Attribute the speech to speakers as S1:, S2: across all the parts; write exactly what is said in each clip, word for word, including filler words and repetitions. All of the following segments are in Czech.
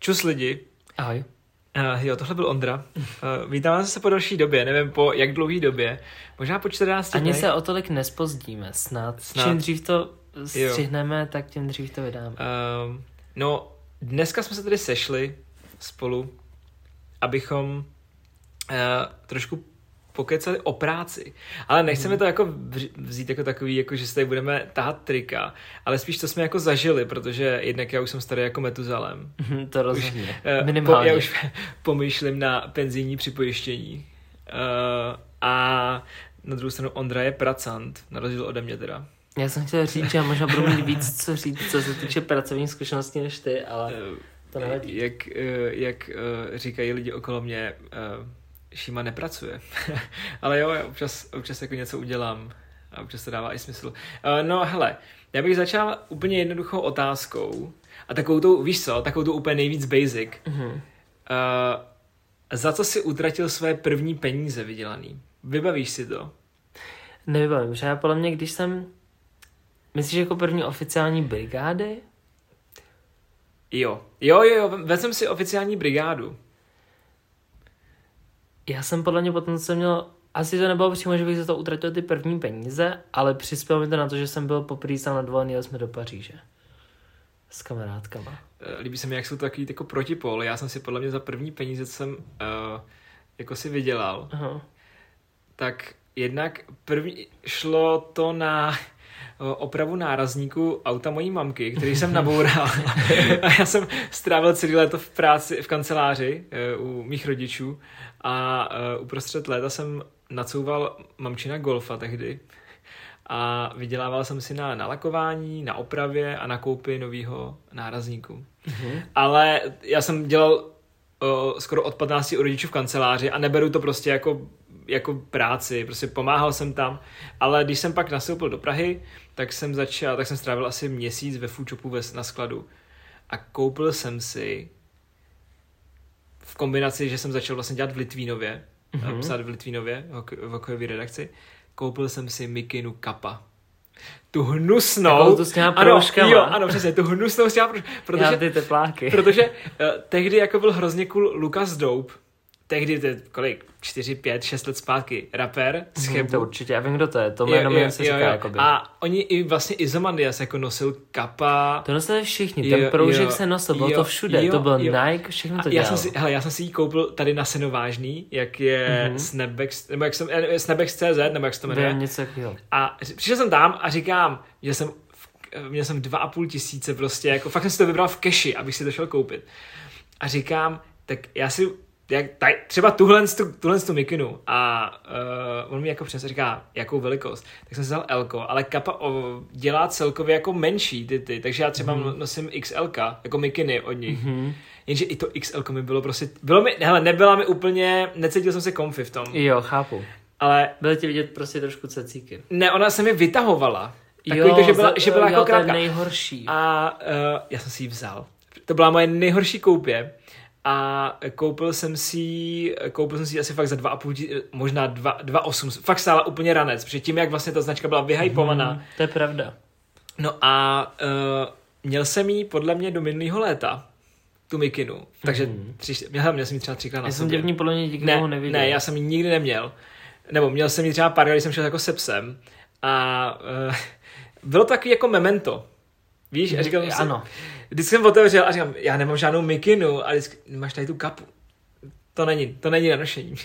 S1: Čus lidi.
S2: Ahoj.
S1: Uh, jo, tohle byl Ondra. Uh, vítám vás zase po další době, nevím po jak dlouhý době. Možná po čtrnácti
S2: Ani
S1: dnech.
S2: se o tolik nespozdíme, snad. snad. Čím dřív to střihneme, jo. tak tím dřív to vydáme.
S1: Uh, no, dneska jsme se tady sešli spolu, abychom uh, trošku pokecali o práci. Ale nechceme hmm. to jako vzít jako takový, jako že se tady budeme tahat trika, ale spíš to jsme jako zažili, protože jednak já už jsem starý jako Metuzalem.
S2: to rozhodně.
S1: Už,
S2: Minimálně.
S1: Po, já už pomýšlím na penzijní připojištění. Uh, a na druhou stranu Ondra je pracant, na rozdíl ode mě teda.
S2: Já jsem chtěl říct, že já možná budu mít víc co říct, co se týče pracovních zkušeností než ty, ale to nevadí.
S1: Jak, jak říkají lidi okolo mě, Šíma nepracuje. Ale jo, já občas, občas jako něco udělám a občas to dává i smysl. Uh, no hele, já bych začal úplně jednoduchou otázkou a takovou tu, víš co, takovou tu úplně nejvíc basic. Mm-hmm. Uh, za co jsi utratil své první peníze vydělaný? Vybavíš si to?
S2: Nevybavím, že já podle mě, když jsem, myslíš jako první oficiální brigády?
S1: Jo, jo, jo, jo, vezm si oficiální brigádu.
S2: Já jsem podle mě potom, co jsem měl, asi to nebylo přímo, že bych za to utratil ty první peníze, ale přispělo mi to na to, že jsem byl poprvé sám na dovolený, jeli jsme do Paříže. S kamarádkama.
S1: Líbí se mi, jak jsou to takový jako protipóly. Já jsem si podle mě za první peníze, co jsem uh, jako si vydělal, uh-huh. tak jednak první šlo to na opravu nárazníku auta mojí mamky, který jsem naboural. A já jsem strávil celé léto v práci, v kanceláři u mých rodičů a uprostřed léta jsem nacouval mamčina Golfa tehdy a vydělával jsem si na nalakování, na opravě a na koupi nového nárazníku. Mm-hmm. Ale já jsem dělal o, skoro od patnácti u rodičů v kanceláři a neberu to prostě jako jako práci, prostě pomáhal jsem tam, ale když jsem pak nastoupil do Prahy, tak jsem začal, tak jsem strávil asi měsíc ve food shopu na skladu a koupil jsem si v kombinaci, že jsem začal vlastně dělat v Litvínově, mm-hmm. psát v Litvínově, v hokejové redakci, koupil jsem si mikinu Kappa. Tu hnusnou.
S2: Takovou tu s těma proužkama.
S1: Jo, ano, přesně, tu hnusnou s těma proužkama. Protože,
S2: já ty tepláky.
S1: protože uh, tehdy jako byl hrozně cool Lucas Dope, tehdy to je kolik, čtyři, pět, šest let zpátky, rapper z Chebu.
S2: To určitě, já vím, kdo to je, to jméno mi se říká jakoby.
S1: A oni i vlastně Izomandias jako nosil Kappa.
S2: To nosili všichni, ten proužek se nosil, bylo to všude, jo, to byl jo. Nike, všechno to dělalo.
S1: Já jsem si, hele, já jsem si ji koupil tady na Senovážný, jak je mm-hmm. Snapbacks, nebo jak jsem, Snapbacks tečka cé zet, nebo jak se to jmenuje.
S2: Vím, něco takového.
S1: A přišel jsem tam a říkám, že jsem, měl jsem dva a půl tisíce prostě, jako fakt jsem si to vybral v keši, abych si to šel koupit. A říkám, tak já si Jak, taj, třeba tuhle, tuhle tu mikinu a uh, on mi jako přesně říká, jakou velikost, tak jsem si vzal L-ko, ale Kappa o, dělá celkově jako menší ty ty, takže já třeba mm. nosím X L ka, jako mikiny od nich, mm-hmm. jenže i to X L ko mi bylo prostě, bylo mi, hele, nebyla mi úplně, necítil jsem se comfy v tom.
S2: Jo, chápu.
S1: Ale
S2: byly ti vidět prostě trošku cecíky.
S1: Ne, ona se mi vytahovala.
S2: Takový
S1: jo, to, že byla, že byla
S2: jo,
S1: jako krátká.
S2: To je nejhorší.
S1: A uh, já jsem si ji vzal. To byla moje nejhorší koupě. A koupil jsem si, koupil jsem si asi fakt za dva a půl, možná dva, dva osm, fakt stála úplně ranec, protože tím, jak vlastně ta značka byla vyhypovaná.
S2: Hmm, to je pravda.
S1: No a uh, měl jsem jí podle mě do minulého léta, tu mikinu, takže
S2: hmm.
S1: tři, měl, měl jsem ji třeba třikrát na
S2: já
S1: sobě.
S2: Já jsem tě v ní podle mě díky
S1: ne,
S2: tomu neviděl.
S1: Ne, já jsem ji nikdy neměl, nebo měl jsem ji třeba pár, když jsem šel jako se psem a uh, bylo to takový jako memento. Víš, a říkal jsem si,
S2: ano.
S1: Vždycky jsem otevřel a říkám, já nemám žádnou mikinu a vždycky, máš tady tu kapu. To není, to není na nošení.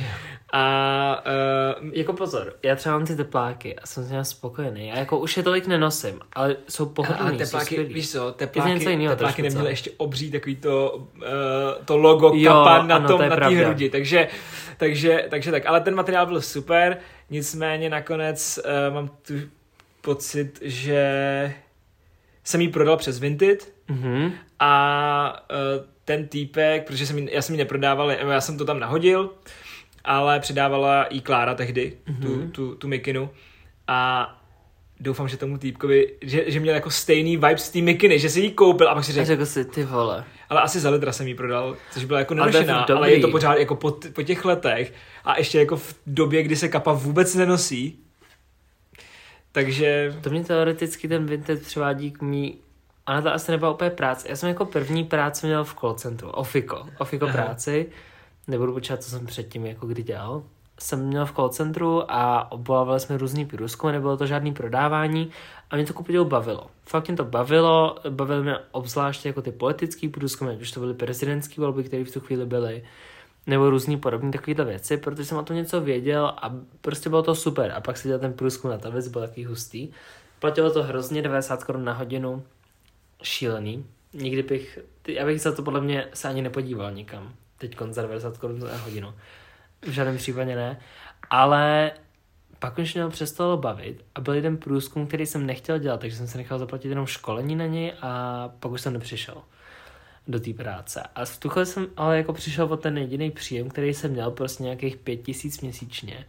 S1: A uh,
S2: jako pozor, já třeba mám ty tepláky a jsem s nimi spokojený. A jako už je tolik nenosím, ale jsou pohodlný,
S1: ale tepláky,
S2: jsou
S1: víš co, tepláky,
S2: jinýho,
S1: tepláky neměly ještě obří takový to, uh, to logo
S2: jo,
S1: Kappa na
S2: ano,
S1: tom,
S2: to
S1: na té hrudi. Takže, takže, takže tak, ale ten materiál byl super, nicméně nakonec uh, mám tu pocit, že jsem jí prodal přes Vinted
S2: mm-hmm.
S1: a uh, ten týpek, protože jsem jí, já jsem ji neprodával, já jsem to tam nahodil, ale předávala jí Klára tehdy, mm-hmm. tu, tu, tu mikinu a doufám, že tomu týpkovi, že, že měl jako stejný vibe z té mikiny, že si ji koupil a pak si řekl,
S2: řekl si, ty vole.
S1: Ale asi za litra jsem jí prodal, což byla jako nenošená, ale, ale je to pořád jako po, po těch letech a ještě jako v době, kdy se Kappa vůbec nenosí. Takže...
S2: To mě teoreticky ten Vinted přivádí k mý Ona to asi nebyla úplně práce. Já jsem jako první práci měl v call centru, Ofiko, Ofiko práci, nebudu počítat, co jsem předtím jako kdy dělal. Jsem měl v call centru a obvolávali jsme různý průzkumy, nebylo to žádný prodávání a mě to kupodivu bavilo. Fakt mě to bavilo, bavilo mě obzvláště jako ty politický průzkumy, když to byly prezidentský volby, které v tu chvíli byly, nebo různý podobný takovýhle věci, protože jsem o tom něco věděl a prostě bylo to super. A pak se dělal ten průzkum na Tavic, byl takový hustý. Platilo to hrozně devadesát korun na hodinu, šílený. Nikdy bych, já bych za to podle mě se ani nepodíval nikam. Teď za devadesát korun na hodinu. V žádném případě ne. Ale pak už mě přestalo bavit a byl jeden průzkum, který jsem nechtěl dělat, takže jsem se nechal zaplatit jenom školení na něj a pak už jsem nepřišel do té práce. A v tu chvíli jsem ale jako přišel o ten jediný příjem, který jsem měl prostě nějakých pět tisíc měsíčně.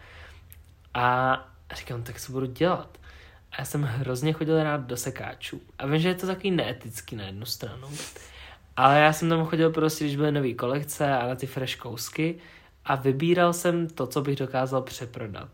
S2: A říkám, tak co budu dělat? A já jsem hrozně chodil rád do sekáčů. A vím, že je to takový neetický na jednu stranu. Ale já jsem tam chodil prostě, když byly nový kolekce a na ty fresh kousky a vybíral jsem to, co bych dokázal přeprodat.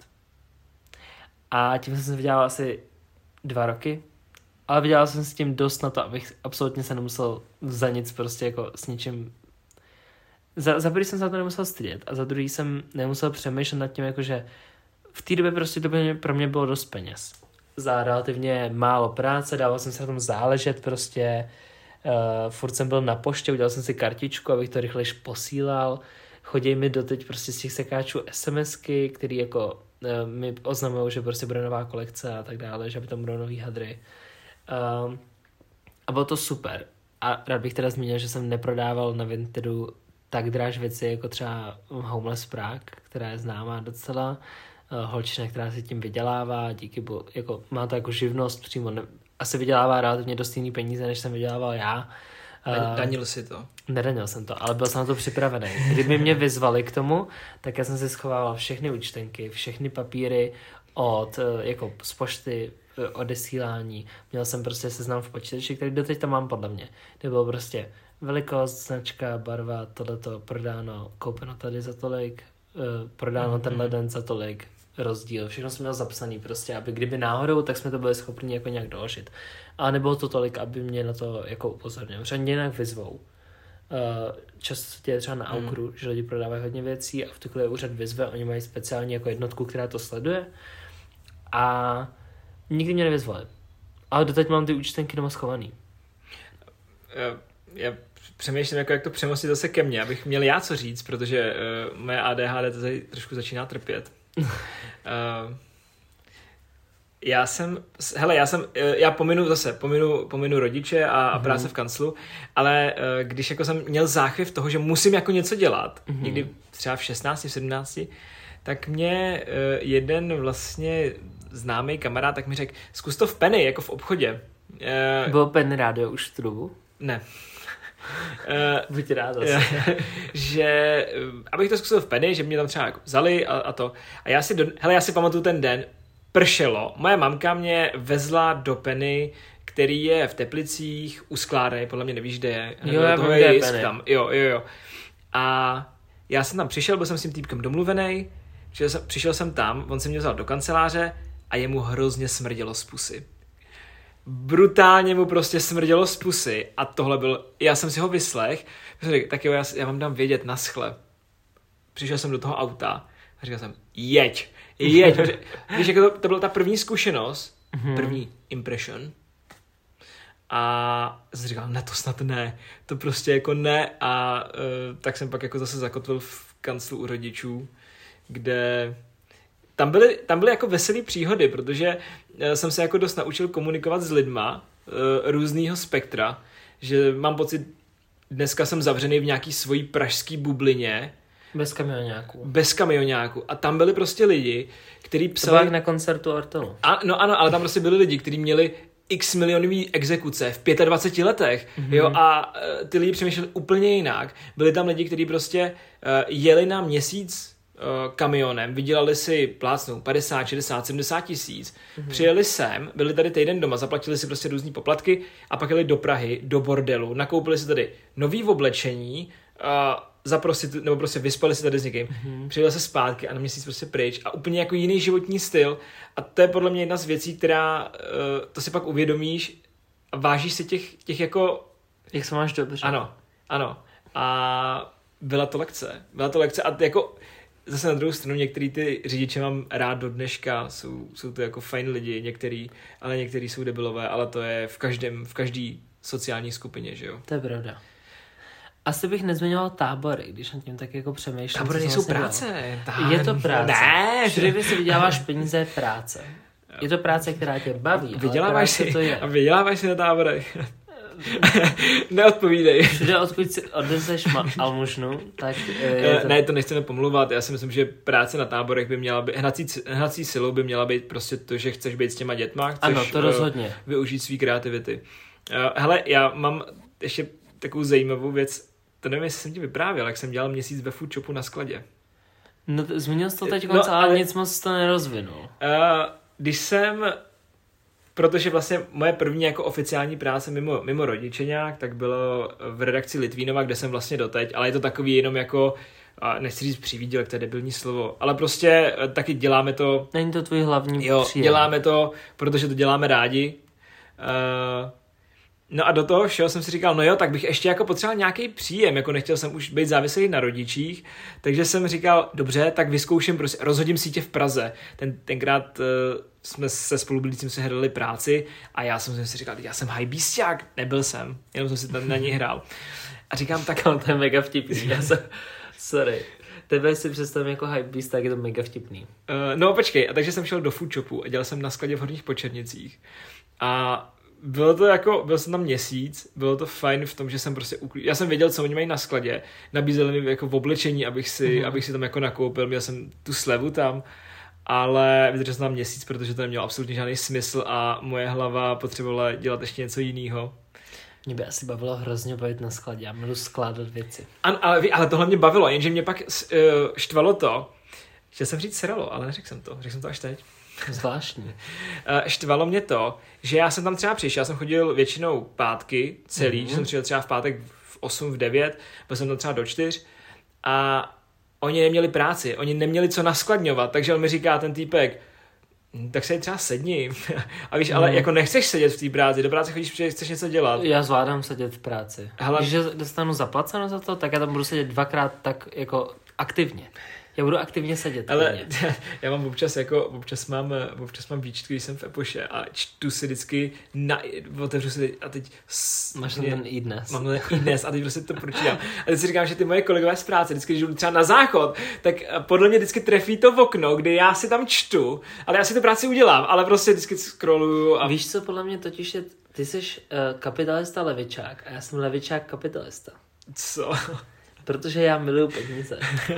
S2: A tím jsem vydělal asi dva roky. Ale vydělal jsem s tím dost na to, abych absolutně se nemusel za nic prostě jako s ničím... Za, za prvý jsem se na to nemusel stydět a za druhý jsem nemusel přemýšlet nad tím, jakože v té době prostě to by pro mě bylo dost peněz. Za relativně málo práce, dával jsem se na tom záležet prostě, uh, furt jsem byl na poště, udělal jsem si kartičku, abych to rychlejš posílal. Chodí mi doteď prostě z těch sekáčů SMSky, který jako uh, mi oznamují, že prostě bude nová kolekce a tak dále, že by tam budou nový hadry. Um, a bylo to super. A rád bych teda zmínil, že jsem neprodával na Vintedu tak dráž věci jako třeba Homeless Prague, která je známá docela. Uh, holčina, která se tím vydělává, díky bo, jako, má to jako živnost přímo. Ne, asi vydělává relativně dost jiný peníze, než jsem vydělával já.
S1: Uh, Danil si to?
S2: Nedanil jsem to, ale byl jsem na to připravený. Kdyby mě vyzvali k tomu, tak já jsem si schovával všechny účtenky, všechny papíry od, jako z pošty, odesílání. Měl jsem prostě seznam v počítači, který doteď tam mám podle mě. Kde bylo prostě velikost, značka, barva, tohleto, prodáno, koupeno tady za tolik, prodáno mm-hmm. tenhle den za tolik, rozdíl. Všechno jsem měl zapsaný prostě, aby kdyby náhodou, tak jsme to byli schopni jako nějak doložit. Ale nebylo to tolik, aby mě na to jako upozornil. Třeba nějak vyzvou. Často je třeba na Aukru, mm. že lidi prodávají hodně věcí a v takové úřad vyzve, oni mají speciálně jako jednotku, která to sleduje a nikdy mě nevyzvali. Ale doteď mám ty účtenky doma schovaný.
S1: Já, já přemýšlím, jako jak to přemostit zase ke mně, abych měl já co říct, protože uh, moje A D H D tady trošku začíná trpět. uh, já jsem, hele, já jsem, já pominu zase, pominu, pominu rodiče a, a práce v kanclu, ale uh, když jako jsem měl záchvěv toho, že musím jako něco dělat, mm-hmm. někdy třeba v šestnácti, v sedmnácti, tak mě uh, jeden vlastně známý kamarád, tak mi řekl, zkus to v Penny, jako v obchodě.
S2: Uh, Bylo Penny rádio už v tu dobu?
S1: Ne.
S2: Uh, Buď rád asi.
S1: že, abych to zkusil v Penny, že mě tam třeba jako vzali a, a to. A já si, do, hele, já si pamatuju ten den, pršelo. Moje mamka mě vezla do Penny, který je v Teplicích, u sklárny, podle mě nevíš, kde je.
S2: Jo, já vím, je Penny.
S1: Tam. Jo, jo, jo. A já jsem tam přišel, byl jsem s tím týpkem domluvený, přišel jsem, přišel jsem tam, on se mě vzal do kanceláře a jemu hrozně smrdělo z pusy. Brutálně mu prostě smrdělo z pusy a tohle byl, já jsem si ho vyslech, tak jo, já, já vám dám vědět, naschle. Přišel jsem do toho auta a říkal jsem, jeď, jeď. Víš, jako to, to byla ta první zkušenost, mm-hmm. první impression a jsem říkal, ne, to snad ne, to prostě jako ne a uh, tak jsem pak jako zase zakotvil v kanclu u rodičů, kde tam byly, tam byly jako veselý příhody, protože jsem se jako dost naučil komunikovat s lidma uh, různýho spektra, že mám pocit, dneska jsem zavřený v nějaký svojí pražský bublině.
S2: Bez kamionáků.
S1: Bez kamionáků. A tam byli prostě lidi, kteří psali...
S2: To bylo na koncertu Artelu.
S1: A, no ano, ale tam prostě byli lidi, kteří měli x milionový exekuce v dvaceti pěti letech, mm-hmm. jo, a uh, ty lidi přemýšleli úplně jinak. Byli tam lidi, kteří prostě uh, jeli na měsíc kamionem, vydělali si plácnou padesát, šedesát, sedmdesát tisíc, mm-hmm. přijeli sem, byli tady týden doma, zaplatili si prostě různý poplatky a pak jeli do Prahy, do bordelu, nakoupili si tady nový oblečení, uh, zaprosit, nebo prostě vyspali si tady s někým, mm-hmm. přijeli se zpátky a na měsíc prostě pryč a úplně jako jiný životní styl a to je podle mě jedna z věcí, která, uh, to si pak uvědomíš, a vážíš si těch, těch jako...
S2: Jak se máš dobře.
S1: Ano, ano. A byla to lekce. Byla to lekce a jako zase na druhou stranu některý ty řidiče mám rád do dneška, jsou, jsou to jako fajn lidi, některý, ale některý jsou debilové, ale to je v každém, v každý sociální skupině, že jo.
S2: To je pravda. Asi bych nezmiňoval tábory, když nad tím tak jako přemýšlím.
S1: Tábory nejsou vlastně práce.
S2: Tá... Je to práce.
S1: Ne.
S2: Všude, když si vyděláváš peníze, je práce. Je to práce, která tě baví.
S1: Vyděláváš si, to je. A vyděláváš si na táborech. Neodpovídej.
S2: Všude, odkud si odneseš ma- almužnu, tak... Je
S1: to... Ne, to nechceme pomluvat. Já si myslím, že práce na táborech by měla být... Hnací, hnací silou by měla být prostě to, že chceš být s těma dětma. Chceš
S2: ano, to rozhodně.
S1: Využít svý kreativity. Hele, já mám ještě takovou zajímavou věc. To nevím, jestli jsem ti vyprávěl, jak jsem dělal měsíc ve food shopu na skladě.
S2: No, zmínil jsi to teď konc, no, ale, ale nic moc to nerozvinul. Uh,
S1: když jsem... Protože vlastně moje první jako oficiální práce mimo, mimo rodiče nějak, tak bylo v redakci Litvínova, kde jsem vlastně doteď, ale je to takový jenom jako, nechci říct přivídělek, to je debilní slovo, ale prostě taky děláme to...
S2: Není to tvůj hlavní
S1: jo,
S2: příjem.
S1: Děláme to, protože to děláme rádi. Uh, no a do toho všeho jsem si říkal, no jo, tak bych ještě jako potřeboval nějaký příjem, jako nechtěl jsem už být závislý na rodičích, takže jsem říkal, dobře, tak vyzkouším, prostě rozhodím sítě v Praze. Ten, tenkrát uh, jsme se spolubydlícím si hledali práci a já jsem si říkal, já jsem hajbísťák, nebyl jsem, jenom jsem si tam na něj hrál. A říkám, tak...
S2: Ale to je mega vtipný, já jsem... Sorry. Tebe si představím jako hypebeast, tak je to mega vtipný.
S1: Uh, no počkej, a takže jsem šel do food shopu a dělal jsem na skladě v Horních Počernicích. A bylo to jako, byl jsem tam měsíc, bylo to fajn v tom, že jsem prostě uklí... Já jsem věděl, co oni mají na skladě, nabízeli mi jako v oblečení, abych si, mm-hmm. abych si tam jako nakoupil, měl jsem tu slevu tam, ale vydržel jsem tam měsíc, protože to nemělo absolutně žádný smysl a moje hlava potřebovala dělat ještě něco jiného.
S2: Mě by asi bavilo hrozně bavit na skladě, já miluji skládat věci.
S1: An, ale, ale tohle mě bavilo, jenže mě pak uh, štvalo to, chtěl jsem říct sralo, ale neřekl jsem to, řekl jsem to až teď.
S2: Zvláštní.
S1: Uh, štvalo mě to, že já jsem tam třeba přišel, já jsem chodil většinou pátky celý, mm-hmm. že jsem přišel třeba v pátek v osm, v devět, byl jsem tam třeba do čtyř a oni neměli práci, oni neměli co naskladňovat, takže on mi říká ten týpek, tak se třeba sedni. A víš, mm. ale jako nechceš sedět v té práci, do práce chodíš, protože chceš něco dělat.
S2: Já zvládám sedět v práci. Hele, když dostanu zaplaceno za to, tak já tam budu sedět dvakrát tak jako aktivně. Já budu aktivně sedět.
S1: Ale já mám občas jako, občas mám, občas mám výčitky, když jsem v Epoše a čtu si vždycky, na, otevřu si a teď...
S2: Máš mě, ten i dnes.
S1: Mám ten i dnes a teď prostě to pročítám. A teď si říkám, že ty moje kolegové z práce, vždycky, když jdu třeba na záchod, tak podle mě vždycky trefí to v okno, kdy já si tam čtu, ale já si tu práci udělám, ale prostě vždycky scrolluju a...
S2: Víš co, podle mě totiž je, ty jsi uh, kapitalista levičák a já jsem levičák kapitalista.
S1: Co?
S2: Protože já miluju peníze.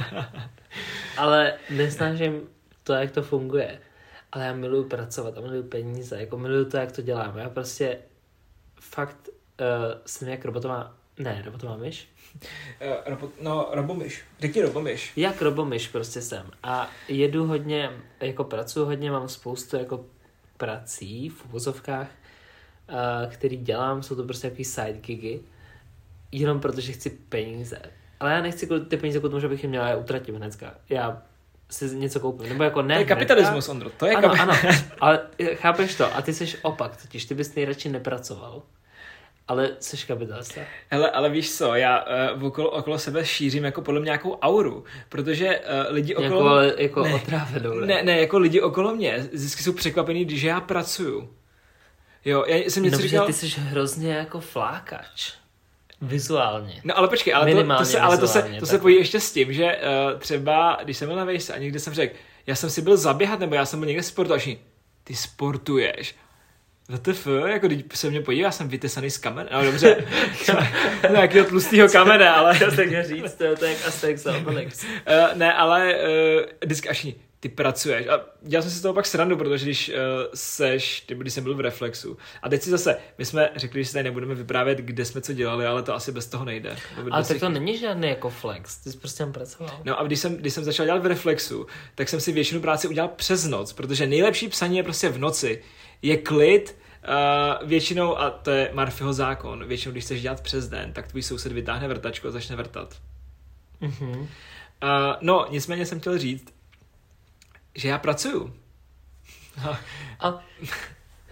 S2: Ale nesnažím to, jak to funguje. Ale já miluju pracovat a miluju peníze. Jako miluju to, jak to dělám. Já prostě fakt uh, jsem jak robotová... Ne, robotová myš?
S1: Uh, robot, no, robomyš. Řekni robomyš.
S2: Jak robomyš prostě jsem. A jedu hodně, jako pracuji hodně, mám spoustu jako prací v uvozovkách, uh, který dělám. Jsou to prostě jaký side gigy. Jenom protože chci peníze. Ale já nechci ty peníze kvůli tomu, že bych je měla, já utratím hnedka. Já si něco koupím. Nebo jako ne
S1: to je kapitalismus, Ondro. To je
S2: ano,
S1: kapi-
S2: ano. Ale chápeš to? A ty jsi opak, totiž ty bys nejradši nepracoval. Ale jsi kapitalista.
S1: Hele, ale víš co, já uh, okolo, okolo sebe šířím jako podle mě nějakou auru, protože uh, lidi okolo...
S2: Jako, ale, jako ne, otrávenou, ne?
S1: ne, ne, jako lidi okolo mě vždycky jsou překvapení, když já pracuju. Jo, já jsem něco
S2: no,
S1: říkal...
S2: ty jsi hrozně jako flákač. Vizuálně.
S1: No ale počkej, ale to, to se, ale to se, to se pojí ještě s tím, že uh, třeba, když jsem byl na vejšce a někde jsem řekl, já jsem si byl zaběhat, nebo já jsem byl někde sportovat, ty sportuješ. W T F, jako když se mě podívá, já jsem vytesaný z kamene. No dobře, no, jakýho tlustýho kamene, ale...
S2: Já tak říct, to, to je jak Asterix a Obelix.
S1: uh, ne, ale uh, vždycky až ty pracuješ. A dělal jsem si z toho pak srandu, protože když uh, seš, ty, když jsem byl v Reflexu. A teď si zase, my jsme řekli, že si tady nebudeme vyprávět, kde jsme co dělali, ale to asi bez toho nejde.
S2: Ale tak to není žádný jako flex, ty jsi prostě tam pracoval.
S1: No a když jsem, když jsem začal dělat v Reflexu, tak jsem si většinu práce udělal přes noc, protože nejlepší psaní je prostě v noci. Je klid, uh, většinou, a to je Murphyho zákon, většinou, když chceš dělat přes den, tak tvůj soused vytáhne vrtačku a začne vrtat.
S2: Mm-hmm.
S1: Uh, no, nicméně jsem chtěl říct, že já pracuju.
S2: A...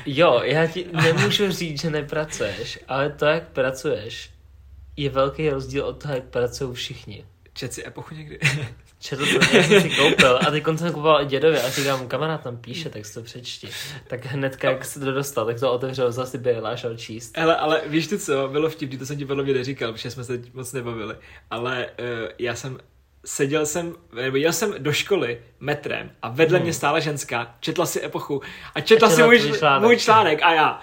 S2: Jo, já ti nemůžu říct, že nepracuješ, ale to, jak pracuješ, je velký rozdíl od toho, jak pracují všichni.
S1: Čet si Epochu někdy?
S2: Četl jsem, já jsem si koupil a teď jsem kupoval i dědovi a říkám, kamarád tam píše, tak si to přečti. Tak hnedka, jak se to dostal, tak to otevřel, zase byl a šel číst.
S1: Hele, ale víš ty co, bylo vtipný, to jsem ti podle mě neříkal, protože jsme se moc nebavili, ale uh, já jsem seděl jsem, nebo jel jsem do školy metrem a vedle hmm. mě stála ženská, četla si Epochu a četla, a četla si můj článek. můj článek a já...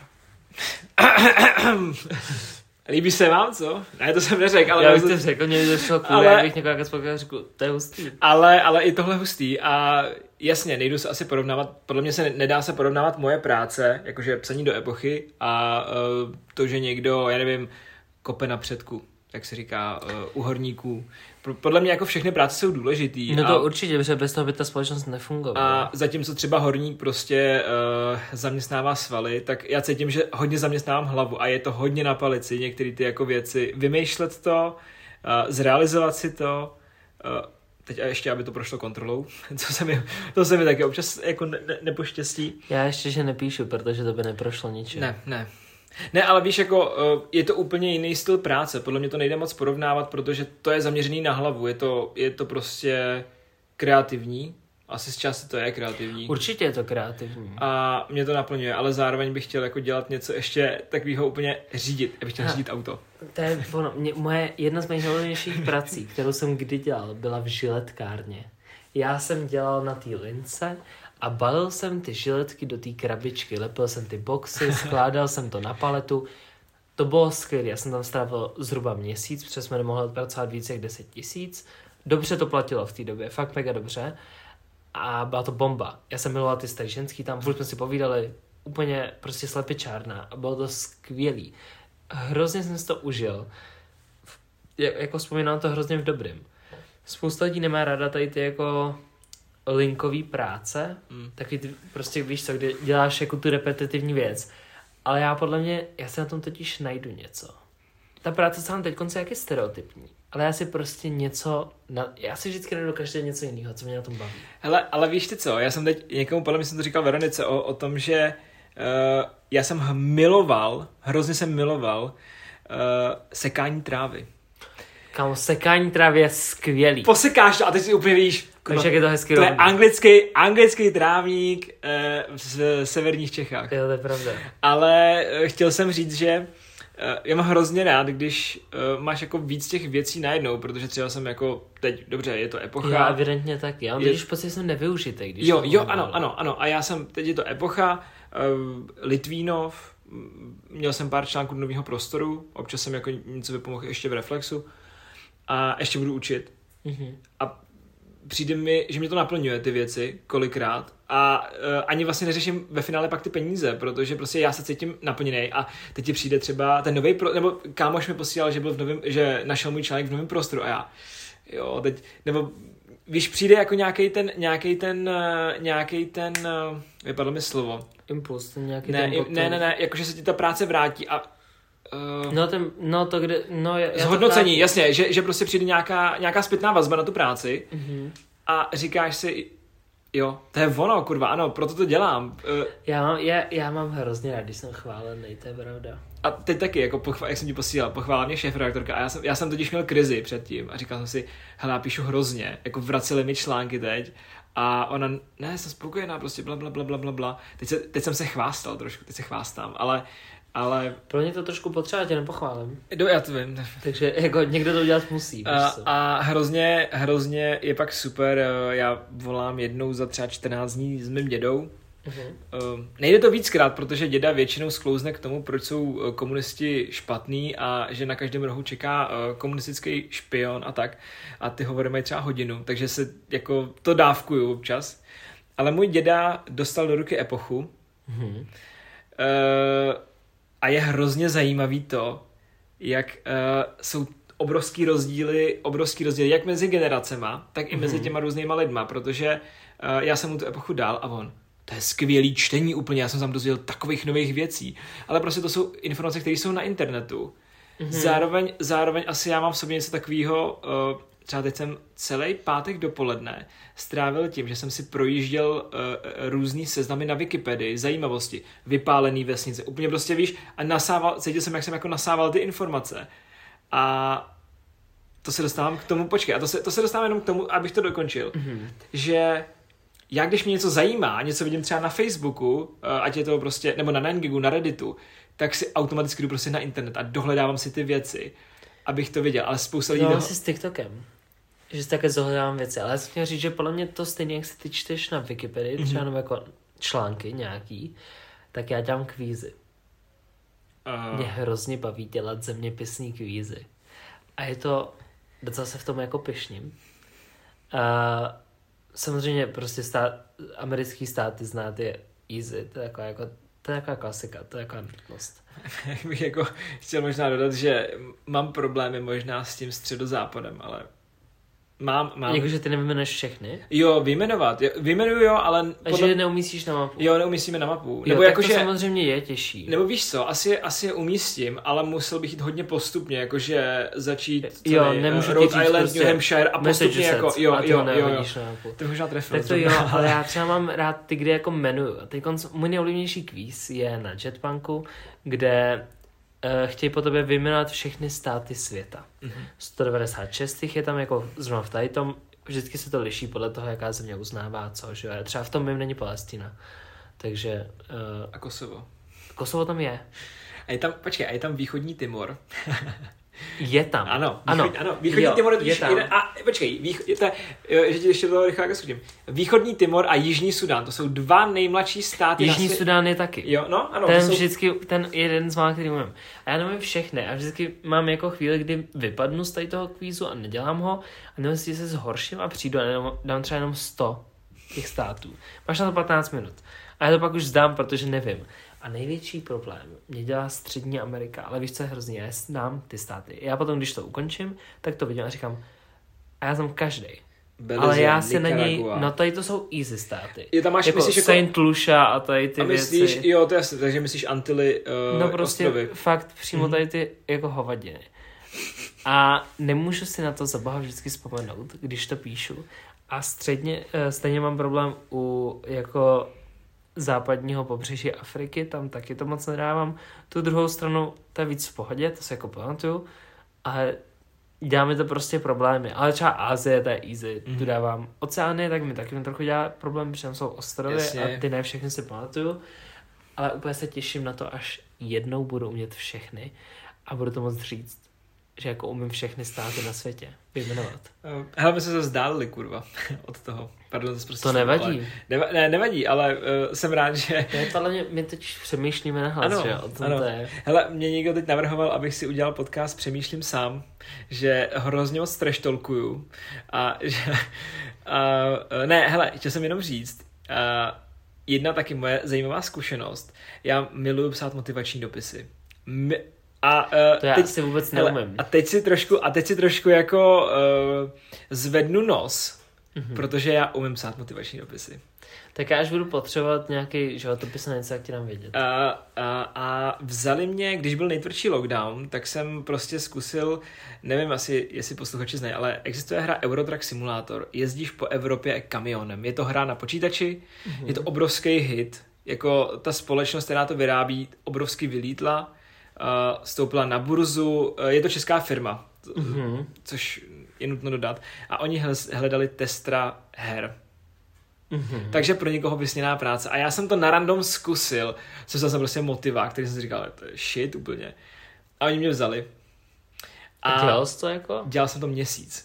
S1: Líbí se vám, co? Ne, to jsem neřekl, ale...
S2: Já bych to řekl, mě došlo kvůli, ale... já bych několik spolkal řekl, to je hustý.
S1: Ale, ale i tohle hustý a jasně, nejdu se asi porovnávat, podle mě se nedá se porovnávat moje práce, jakože psaní do Epochy a uh, to, že někdo, já nevím, kope na předku, jak se říká, uh, u horníků. Podle mě jako všechny práce jsou důležitý.
S2: No to
S1: a,
S2: určitě, protože bez toho by ta společnost nefungovala.
S1: A zatímco třeba horník prostě uh, zaměstnává svaly, tak já cítím, že hodně zaměstnávám hlavu a je to hodně na palici, některé ty jako věci, vymýšlet to, uh, zrealizovat si to, uh, teď a ještě, aby to prošlo kontrolou, co se mi, to se mi taky občas jako ne, ne, nepoštěstí.
S2: Já ještě, že nepíšu, protože to by neprošlo ničím.
S1: Ne, ne. Ne, ale víš, jako je to úplně jiný styl práce. Podle mě to nejde moc porovnávat, protože to je zaměřený na hlavu. Je to, je to prostě kreativní. Asi z části to je kreativní.
S2: Určitě je to kreativní.
S1: A mě to naplňuje, ale zároveň bych chtěl jako dělat něco ještě takového úplně řídit. Já bych chtěl ha, řídit auto.
S2: To je ono. Mě, moje, jedna z mých nejlepších prací, kterou jsem kdy dělal, byla v žiletkárně. Já jsem dělal na té lince a balil jsem ty žiletky do té krabičky, lepil jsem ty boxy, skládal jsem to na paletu. To bylo skvělé, já jsem tam strávil zhruba měsíc, protože jsme nemohli pracovat více jak deset tisíc. Dobře to platilo v té době, fakt mega dobře. A byla to bomba. Já jsem miloval ty starý ženský tam, furt jsme si povídali, úplně prostě slepičárna a bylo to skvělý. Hrozně jsem si to užil. Jako vzpomínám to hrozně v dobrým. Spousta lidí nemá ráda tady ty jako linkový práce, mm. taky ty, prostě víš co, kdy děláš jako tu repetitivní věc. Ale já podle mě, já si na tom totiž najdu něco. Ta práce sám teď konce jak je stereotypní, ale já si prostě něco, na, já si vždycky najdu každé něco jiného, co mě na tom baví.
S1: Hele, ale víš ty co, já jsem teď někomu, podle mě jsem to říkal Veronice, o, o tom, že uh, já jsem miloval, hrozně jsem miloval uh, sekání trávy.
S2: Kámo, sekání trávy je skvělý.
S1: Posekáš to a teď si úplně víš,
S2: kurva, jak je to hezky
S1: to
S2: rovný.
S1: Je anglický, anglický trávník uh, v severních Čechách.
S2: Jo, to je pravda.
S1: Ale uh, chtěl jsem říct, že uh, já mám hrozně rád, když uh, máš jako víc těch věcí najednou, protože třeba jsem jako, teď, dobře, je to Epocha.
S2: Já evidentně taky, já mám je... pocit, že jsem nevyužitej. Když
S1: jo, jo, ano, ano, ano. A já jsem, teď je to Epocha, uh, Litvínov, měl jsem pár článků do Nového prostoru, občas jsem jako něco vypomohl ještě v Reflexu. A ještě budu učit. Mm-hmm. A přijde mi, že mě to naplňuje ty věci kolikrát a uh, ani vlastně neřeším ve finále pak ty peníze, protože prostě já se cítím naplněnej a teď ti přijde třeba ten nový pro, nebo kámoš mi posílal, že byl v novém, že našel můj článek v novém prostoru a já, jo, teď, nebo víš, přijde jako nějaký ten, nějaký ten, uh, nějaký ten, uh, vypadlo mi slovo.
S2: Impuls, nějaký
S1: ne,
S2: ten
S1: im, ne, ne, ne, jakože se ti ta práce vrátí a
S2: Uh, no, ten, no to kde, no já
S1: zhodnocení, jasně, že, že prostě přijde nějaká, nějaká zpětná vazba na tu práci uh-huh. a říkáš si, jo, to je ono, kurva, ano, proto to dělám. Uh,
S2: já, mám, já, já mám hrozně rád, když jsem chválený, to je pravda.
S1: A teď taky, jako pochvál, jak jsem ti posílal, pochválila mě šéfredaktorka a já jsem, já jsem totiž měl krizi předtím a říkal jsem si, hele, já píšu hrozně, jako vraceli mi články teď a ona, ne, jsem spokojená, prostě bla, bla, bla, bla, bla, bla. Teď, se, teď jsem se chvástal trošku, teď se chvástám, ale Ale...
S2: Pro mě to trošku potřeba, tě nepochválím.
S1: Do, já to vím.
S2: Takže jako někdo to udělat musí.
S1: A, a hrozně, hrozně je pak super, já volám jednou za třeba čtrnáct dní s mým dědou. Uh-huh. Uh, nejde to víckrát, protože děda většinou sklouzne k tomu, proč jsou komunisti špatný a že na každém rohu čeká uh, komunistický špion a tak. A ty hovory mají třeba hodinu, takže se jako to dávkuju občas. Ale můj děda dostal do ruky Epochu. Uh-huh. Uh, A je hrozně zajímavý to, jak uh, jsou obrovský rozdíly, obrovský rozdíly jak mezi generacema, tak i mezi těma různýma lidma, protože uh, já jsem mu tu Epochu dal a on, to je skvělý čtení úplně, já jsem tam dozvěděl takových nových věcí, ale prostě to jsou informace, které jsou na internetu. Mm-hmm. Zároveň, zároveň asi já mám v sobě něco takového, uh, třeba teď jsem celý pátek dopoledne strávil tím, že jsem si projížděl uh, různý seznamy na Wikipedii, zajímavosti, vypálený vesnice, úplně prostě víš, a nasával, cítil jsem, jak jsem jako nasával ty informace. A to se dostávám k tomu, počkej, a to se, to se dostávám jenom k tomu, abych to dokončil, mm-hmm. že já, když mě něco zajímá, něco vidím třeba na Facebooku, ať je to prostě, nebo na nine gagu, na Redditu, tak si automaticky jdu prostě na internet a dohledávám si ty věci, abych to viděl, ale spousta lidí...
S2: No, asi s TikTokem, že si také zohledávám věci, ale já jsem chtěl říct, že podle mě to stejně, jak si ty čteš na Wikipedii, třeba mm-hmm. nebo jako články nějaký, tak já dělám kvízy. Uh... Mě hrozně baví dělat zeměpisný kvízy. A je to, docela se v tom jako pyšním. Uh, samozřejmě prostě stát, americký státy znát je easy, to je taková jako to je taková klasika, to je taková nutnost.
S1: bych jako chtěl možná dodat, že mám problémy možná s tím středozápadem, ale mám... mám...
S2: Jakože ty nevymenuješ všechny?
S1: Jo, vyjmenovat. Vyjmenuju jo, ale...
S2: A podle... že neumístíš na mapu?
S1: Jo, neumístíme na mapu.
S2: Jo,
S1: nebo
S2: tak
S1: jako,
S2: to
S1: že...
S2: samozřejmě je těžší.
S1: Nebo víš co, asi, asi je umístím, ale musel bych jít hodně postupně, jakože začít
S2: celý, jo, nemůžu
S1: Rhode
S2: říct
S1: Island,
S2: prostě
S1: New Hampshire a postupně jako... Jo,
S2: a ty
S1: jo,
S2: ho
S1: jo, jo.
S2: Na mapu.
S1: To možná trefil.
S2: Tak to jo, ale já třeba mám rád ty, kde jako jmenuju. A teď můj nejoblíbenější kvíz je na Jetpunku, kde uh, chtějí po tobě vyjmenovat všechny státy světa. Mm-hmm. sto devadesát šest je tam jako zrovna v tady tom, vždycky se to liší podle toho, jaká země uznává co, že jo. Třeba v tom mým není Palestina. Takže... Uh,
S1: a Kosovo.
S2: Kosovo tam je.
S1: A je tam, počkej, a je tam východní Timor.
S2: Je tam.
S1: Ano, východ,
S2: ano.
S1: ano východní
S2: jo,
S1: Timor
S2: je tam.
S1: Jeden, a počkej, východ, je to, že ti ještě toho rychle skočím. Východní Timor a Jižní Sudán, to jsou dva nejmladší státy.
S2: Jižní na Sudán je taky.
S1: Jo, no, ano.
S2: Ten
S1: jsou...
S2: vždycky, ten jeden z mála, který umím. A já nevím všechny a vždycky mám jako chvíli, kdy vypadnu z tady toho kvízu a nedělám ho a nevím, jestli se zhorším a přijdu a jenom, dám třeba jenom sto těch států. Máš na to patnáct minut. A já to pak už zdám, protože nevím. A největší problém mě dělá Střední Amerika, ale víš, co je hrozně, já znám ty státy. Já potom, když to ukončím, tak to vidím a říkám, a já znám každý.
S1: Belize,
S2: ale já se
S1: Nicaragua.
S2: na něj, no tady to jsou easy státy.
S1: Je tam máš,
S2: jako
S1: myslíš,
S2: Saint
S1: jako...
S2: Lucia a tady ty
S1: a myslíš,
S2: věci.
S1: Jo, to je jasný, takže myslíš Antily uh,
S2: No prostě
S1: ostrovy.
S2: fakt přímo tady ty jako hovadiny. A nemůžu si na to za boha vždycky vzpomenout, když to píšu. A středně, stejně mám problém u jako západního pobřeží Afriky, tam taky to moc nedávám. Tu druhou stranu, to je víc v pohodě, to se jako pamatuju, ale dělá mi to prostě problémy. Ale třeba Asie, to je easy, mm. tu dávám. Oceány, tak mi taky mi trochu dělá problém, protože tam jsou ostrovy Jasně. a ty ne všechny si pamatuju. Ale úplně se těším na to, až jednou budu umět všechny a budu to moc říct, že jako umím všechny státy na světě vyjmenovat.
S1: Uh, hele, my jsme se vzdálili, kurva, od toho. Pardon, to prostě
S2: to nevadí.
S1: Ale, neva, ne, nevadí, ale uh, jsem rád, že...
S2: Ne, podle mě, my teď přemýšlíme na hlas,
S1: ano,
S2: že o tom
S1: ano.
S2: to je.
S1: Hele, mě někdo teď navrhoval, abych si udělal podcast Přemýšlím sám, že hrozně moc trashtolkuju a že... Uh, ne, hele, chtěl jsem jenom říct, uh, jedna taky moje zajímavá zkušenost. Já miluju psát motivační dopisy. My, A, uh,
S2: to já
S1: teď,
S2: asi vůbec
S1: hele,
S2: neumím.
S1: A teď si trošku, a teď si trošku jako uh, zvednu nos, mm-hmm. protože já umím psát motivační dopisy.
S2: Tak já až budu potřebovat nějaký životopis na něco, jak ti dám vědět.
S1: A, a, a vzali mě, když byl nejtvrdší lockdown, tak jsem prostě zkusil, nevím asi, jestli posluchači znají, ale existuje hra Eurotrack Simulator. Jezdíš po Evropě kamionem. Je to hra na počítači, mm-hmm. je to obrovský hit. Jako ta společnost, která to vyrábí, obrovsky vylítla. Uh, stoupila na burzu, uh, je to česká firma, mm-hmm. což je nutno dodat, a oni hledali testra her. Mm-hmm. Takže pro někoho vysněná práce. A já jsem to na random zkusil, což jsem prostě motivák, který jsem si říkal, to je shit úplně. A oni mě vzali.
S2: A dělal jsi to jako?
S1: Dělal jsem to měsíc.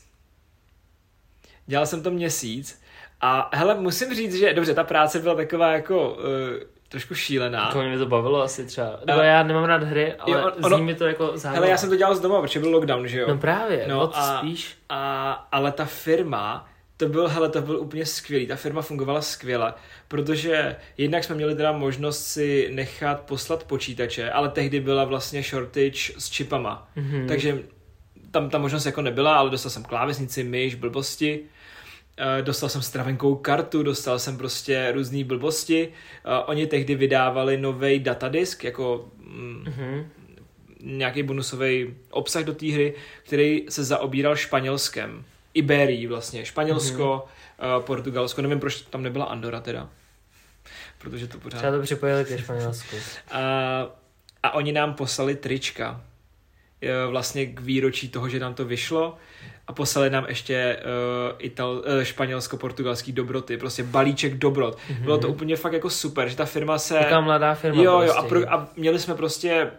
S1: Dělal jsem to měsíc a hele, musím říct, že dobře, ta práce byla taková jako... Uh, trošku šílená.
S2: To mě to bavilo asi třeba. Nebo uh, já nemám rád hry, ale jo, on, zní mi to jako zároveň.
S1: Hele, já jsem to dělal z doma, protože byl lockdown, že jo?
S2: No právě, no
S1: a,
S2: spíš.
S1: A, ale ta firma, to byl, hele, to byl úplně skvělý. Ta firma fungovala skvěle, protože jednak jsme měli teda možnost si nechat poslat počítače, ale tehdy byla vlastně shortage s čipama. Mm-hmm. Takže tam ta možnost jako nebyla, ale dostal jsem klávesnici, myš, blbosti. Uh, dostal jsem stravenkou kartu, dostal jsem prostě různý blbosti. Uh, oni tehdy vydávali novej datadisk, jako mm, mm-hmm. nějaký bonusový obsah do té hry, který se zaobíral Španělskem. Iberii vlastně, Španělsko, mm-hmm. uh, Portugalsko, nevím, proč tam nebyla Andorra teda, protože to pořád...
S2: Třeba to připojili ke Španělsku.
S1: A, a oni nám poslali trička vlastně k výročí toho, že nám to vyšlo a poslali nám ještě uh, Ital, uh, španělsko-portugalský dobroty, prostě balíček dobrot. Mm-hmm. Bylo to úplně fakt jako super, že ta firma se...
S2: Taká mladá firma
S1: jo,
S2: prostě.
S1: Jo, a, pro, a měli jsme prostě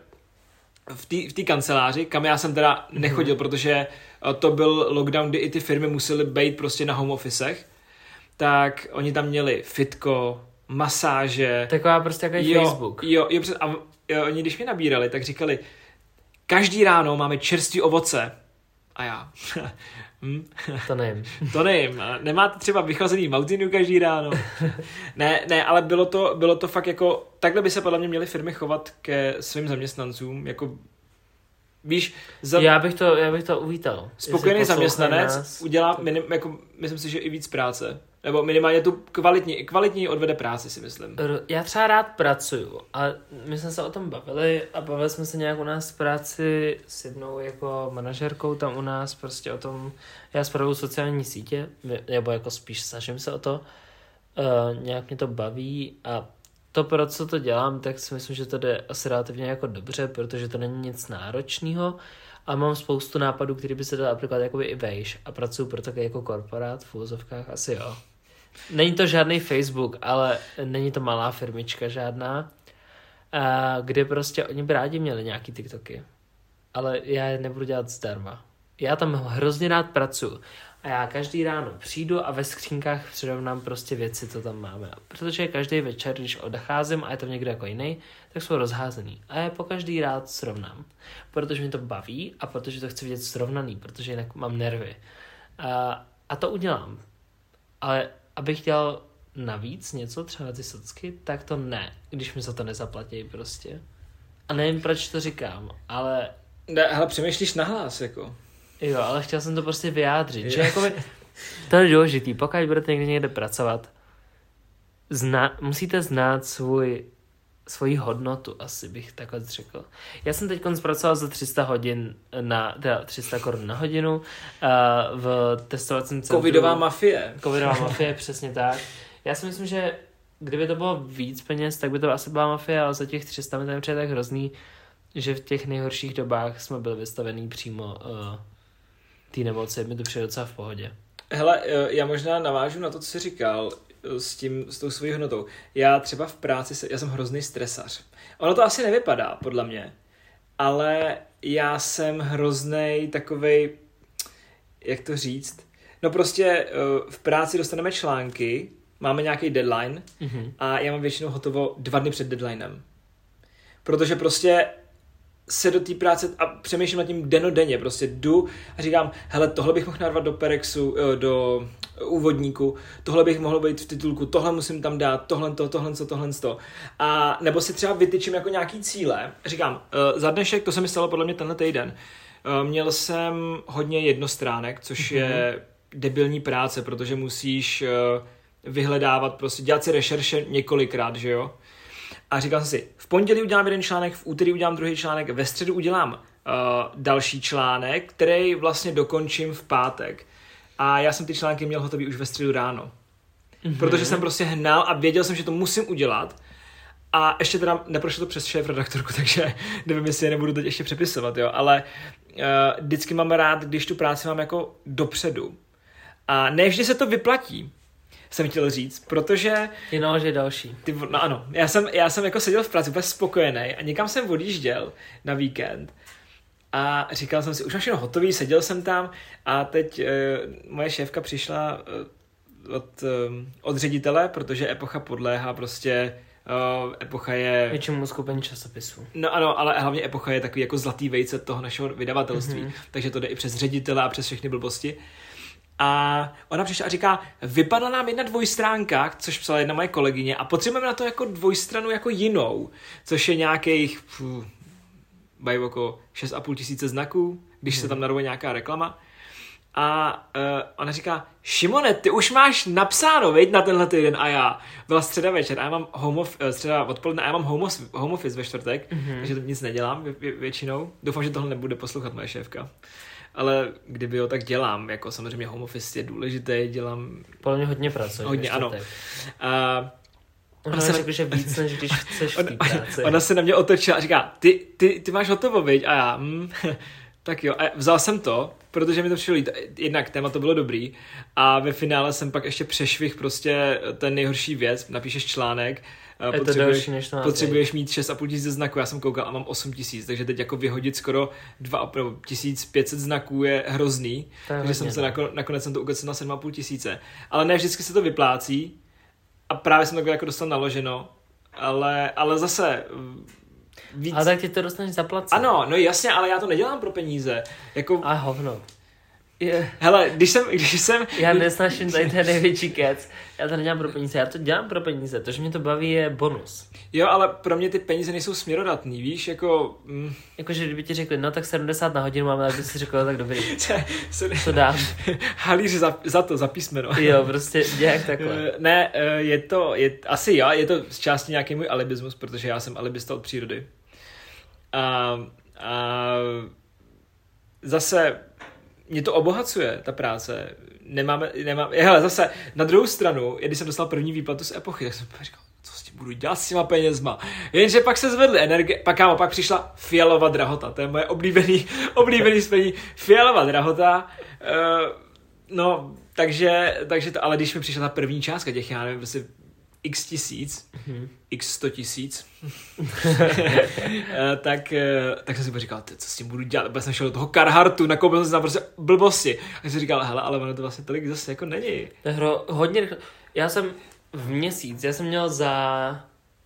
S1: v té kanceláři, kam já jsem teda nechodil, mm-hmm. protože to byl lockdown, kdy i ty firmy musely být prostě na home officech, tak oni tam měli fitko, masáže.
S2: Taková prostě jako
S1: jo,
S2: Facebook.
S1: Jo, jo, a jo, oni když mě nabírali, tak říkali, každý ráno máme čerstvý ovoce. A já. hm?
S2: To nevím.
S1: To nevím. Nemáte třeba vychlazený Mountain každý ráno? ne, ne, ale bylo to, bylo to fakt jako, takhle by se podle mě měly firmy chovat ke svým zaměstnancům, jako víš, za...
S2: já, bych to, já bych to uvítal.
S1: Spokojený zaměstnanec nás, udělá, to... minim, jako, myslím si, že i víc práce. Nebo minimálně tu kvalitní, kvalitní odvede práci, si myslím.
S2: Já třeba rád pracuju a my jsme se o tom bavili a bavili jsme se nějak u nás v práci s jednou jako manažerkou tam u nás prostě o tom, já spravuju sociální sítě, nebo jako spíš snažím se o to, uh, nějak mě to baví a to, pro co to dělám, tak si myslím, že to jde asi relativně jako dobře, protože to není nic náročného a mám spoustu nápadů, který by se dal aplikovat jakoby i vejš a pracuji pro takový jako korporát v úvozovkách, asi jo. Není to žádný Facebook, ale není to malá firmička žádná, a kde prostě oni by rádi měli nějaký TikToky, ale já je nebudu dělat zdarma. Já tam hrozně rád pracuji a já každý ráno přijdu a ve skřínkách přirovnám prostě věci, co tam máme. Protože každý večer, když odcházím a je to někdo jako jiný, tak jsou rozházený. A já po každý rád srovnám. Protože mě to baví a protože to chci vidět srovnaný, protože jinak mám nervy. A, a to udělám. Ale abych dělal navíc něco, třeba ty socky, tak to ne, když mi za to nezaplatí prostě. A nevím, proč to říkám, ale...
S1: Ne, hele, přemýšlíš nahlas, jako...
S2: Jo, ale chtěl jsem to prostě vyjádřit, jo. Že jakoby, to je důležitý, pokud budete někde někde pracovat, zna, musíte znát svůj, svoji hodnotu, asi bych takhle řekl. Já jsem teď zpracoval za tři sta hodin, na, teda tři sta korun na hodinu uh, v testovacím centru.
S1: Covidová mafie.
S2: Covidová mafie, přesně tak. Já si myslím, že kdyby to bylo víc peněz, tak by to asi byla mafie, ale za těch tři sta mi tam přijde tak hrozný, že v těch nejhorších dobách jsme byli vystavení přímo uh, té nemoci, mi to přijde docela v pohodě.
S1: Hele, já možná navážu na to, co jsi říkal s tím, s tou svojí hodnotou. Já třeba v práci, se, já jsem hrozný stresař. Ono to asi nevypadá, podle mě, ale já jsem hroznej takovej, jak to říct, no prostě v práci dostaneme články, máme nějaký deadline mm-hmm. a já mám většinou hotovo dva dny před deadlinem. Protože prostě se do té práce a přemýšlím nad tím denodenně, prostě jdu a říkám, hele, tohle bych mohl narvat do Perexu, do úvodníku, tohle bych mohl být v titulku, tohle musím tam dát, tohle to, tohle to, tohle to. A nebo si třeba vytyčím jako nějaký cíle. Říkám, za dnešek, to se mi stalo podle mě tenhle týden, měl jsem hodně jednostránek, což mm-hmm. je debilní práce, protože musíš vyhledávat, prostě dělat si rešerše několikrát, že jo? A říkal jsem si, v pondělí udělám jeden článek, v úterý udělám druhý článek, ve středu udělám uh, další článek, který vlastně dokončím v pátek. A já jsem ty články měl hotový už ve středu ráno. Mm-hmm. Protože jsem prostě hnal a věděl jsem, že to musím udělat. A ještě teda neprošlo to přes šéf-redaktorku, takže nevím, jestli je nebudu teď ještě přepisovat, jo. Ale uh, vždycky mám rád, když tu práci mám jako dopředu. A ne vždy se to vyplatí, jsem chtěl říct, protože...
S2: Ty no, že další.
S1: Ty, no ano, já jsem, já jsem jako seděl v práci úplně spokojený a někam jsem odjížděl na víkend a říkal jsem si, už mám všechno hotový, seděl jsem tam a teď e, moje šéfka přišla e, od, e, od ředitele, protože Epocha podléhá prostě, e, Epocha je...
S2: Většinou skupení časopisů.
S1: No ano, ale hlavně Epocha je takový jako zlatý vejce toho našeho vydavatelství, mm-hmm. takže to jde i přes ředitele a přes všechny blbosti. A ona přišla a říká, vypadla nám jedna dvojstránka, což psala jedna moje kolegyně a potřebujeme na to jako dvojstranu jako jinou, což je nějakých bají jako šest a půl tisíce znaků, když hmm. se tam narvuje nějaká reklama. A uh, ona říká, Šimone, ty už máš napsáno, veď, na tenhle týden a já. Byla středa večer a já mám home office, středa odpoledne a já mám home office, home office ve čtvrtek, mm-hmm. takže to nic nedělám vě, vě, většinou. Doufám, že tohle nebude poslouchat moje šéfka. ale kdyby jo, tak dělám. Jako samozřejmě home office je důležité, dělám...
S2: Podle mě hodně pracuješ.
S1: Hodně, ano.
S2: A... Ona se řekl, že víc, než když chceš v té práci.
S1: Ona se na mě otočila a říká, ty, ty, ty máš hotovo, viď? A já, mm, tak jo. A vzal jsem to, protože mi to přišlo jít. Jednak téma to bylo dobrý a ve finále jsem pak ještě přešvih prostě ten nejhorší věc. Napíšeš článek, potřebuješ, delší, potřebuješ mít šest a půl tisíce znaků, já jsem koukal a mám osm tisíc, takže teď jako vyhodit skoro dva tisíce pět set znaků je hrozný. Takže hodně, jsem se nakonec, nakonec jsem to ukecel na sedm a půl tisíce. Ale ne vždycky se to vyplácí. A právě jsem takhle jako dostal naloženo, ale, ale zase víc...
S2: Ale tak ti to dostaneš zaplaceno.
S1: Ano, no jasně, ale já to nedělám pro peníze. Jako...
S2: A hovno.
S1: Je. Hele, když jsem, když jsem...
S2: Já nesnáším tady ten největší kec. Já to nedělám pro peníze, já to dělám pro peníze. To, že mě to baví, je bonus.
S1: Jo, ale pro mě ty peníze nejsou směrodatný, víš, jako... Mm.
S2: Jakože kdyby ti řekli, no tak sedmdesát na hodinu máme, tak by si řekl, tak dobrý. To dám.
S1: Halíř za, za to, za písmeno.
S2: Jo, prostě nějak takhle.
S1: Ne, je to, je, asi jo, je to z části nějaký můj alibismus, protože já jsem alibista od přírody. A, a zase... Mě to obohacuje, ta práce. Nemáme, nemáme, hele, zase na druhou stranu, když jsem dostal první výplatu z Epochy, tak jsem říkal, co s tím budu dělat s těma penězma. Jenže pak se zvedly energie, pak kámo, pak přišla fialová drahota, to je moje oblíbený, oblíbený spení, fialová drahota, uh, no, takže, takže to, ale když mi přišla ta první částka těch, já nevím, prostě x tisíc, mm-hmm. x sto tisíc, tak, tak jsem si říkal, co s tím budu dělat, protože jsem šel do toho Carharttu, nakoupil jsem tam prostě blbosti. A jsem si říkal, hele, ale ono to vlastně tolik zase jako není.
S2: To je hro, hodně rychle. Já jsem v měsíc, já jsem měl za,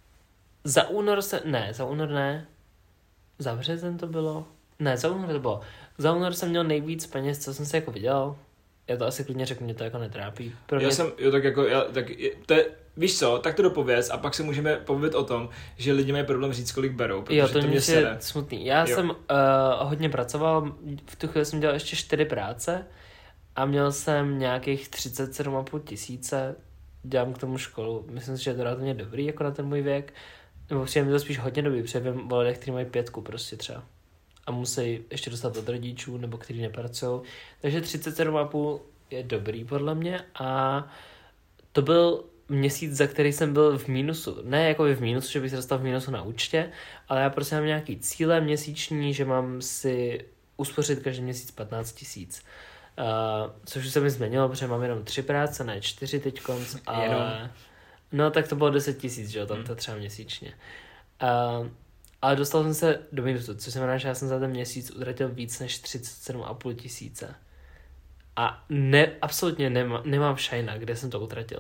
S2: za únor se, ne, za únor ne, za březen to bylo, ne, za únor to bylo, za únor jsem měl nejvíc peněz, co jsem si jako vydělal. Já to asi klidně řeknu, mě to jako netrápí. Pro mě...
S1: Já jsem, jo, tak jako, já, tak to je, víš co, tak to dopověz a pak se můžeme povědět o tom, že lidi mají problém říct, kolik berou, protože
S2: jo, to,
S1: to mě
S2: je smutný. Já jo. jsem uh, hodně pracoval, v tu chvíli jsem dělal ještě čtyři práce a měl jsem nějakých třicet sedm a půl tisíce, dělám k tomu školu, myslím si, že je to relativně dobrý, jako na ten můj věk, nebo přijde mi to spíš hodně dobrý, protože vím o lidech, kteří mají pětku prostě třeba a musí ještě dostat od rodičů, nebo kteří nepracují, takže třicet sedm a půl je dobrý podle mě a to byl měsíc, za který jsem byl v mínusu. Ne jako v mínusu, že bych se dostal v mínusu na účtě, ale já prostě mám nějaký cíle měsíční, že mám si uspořit každý měsíc patnáct tisíc. Uh, což už se mi změnilo, protože mám jenom tři práce, ne čtyři teďkonc, ale... Jenom. No tak to bylo deset tisíc, že jo, tam to třeba měsíčně. Uh, ale dostal jsem se do mínusu, což znamená, že já jsem za ten měsíc utratil víc než třicet sedm a půl tisíce. A ne, absolutně nema, nemám šajna, kde jsem to utratil.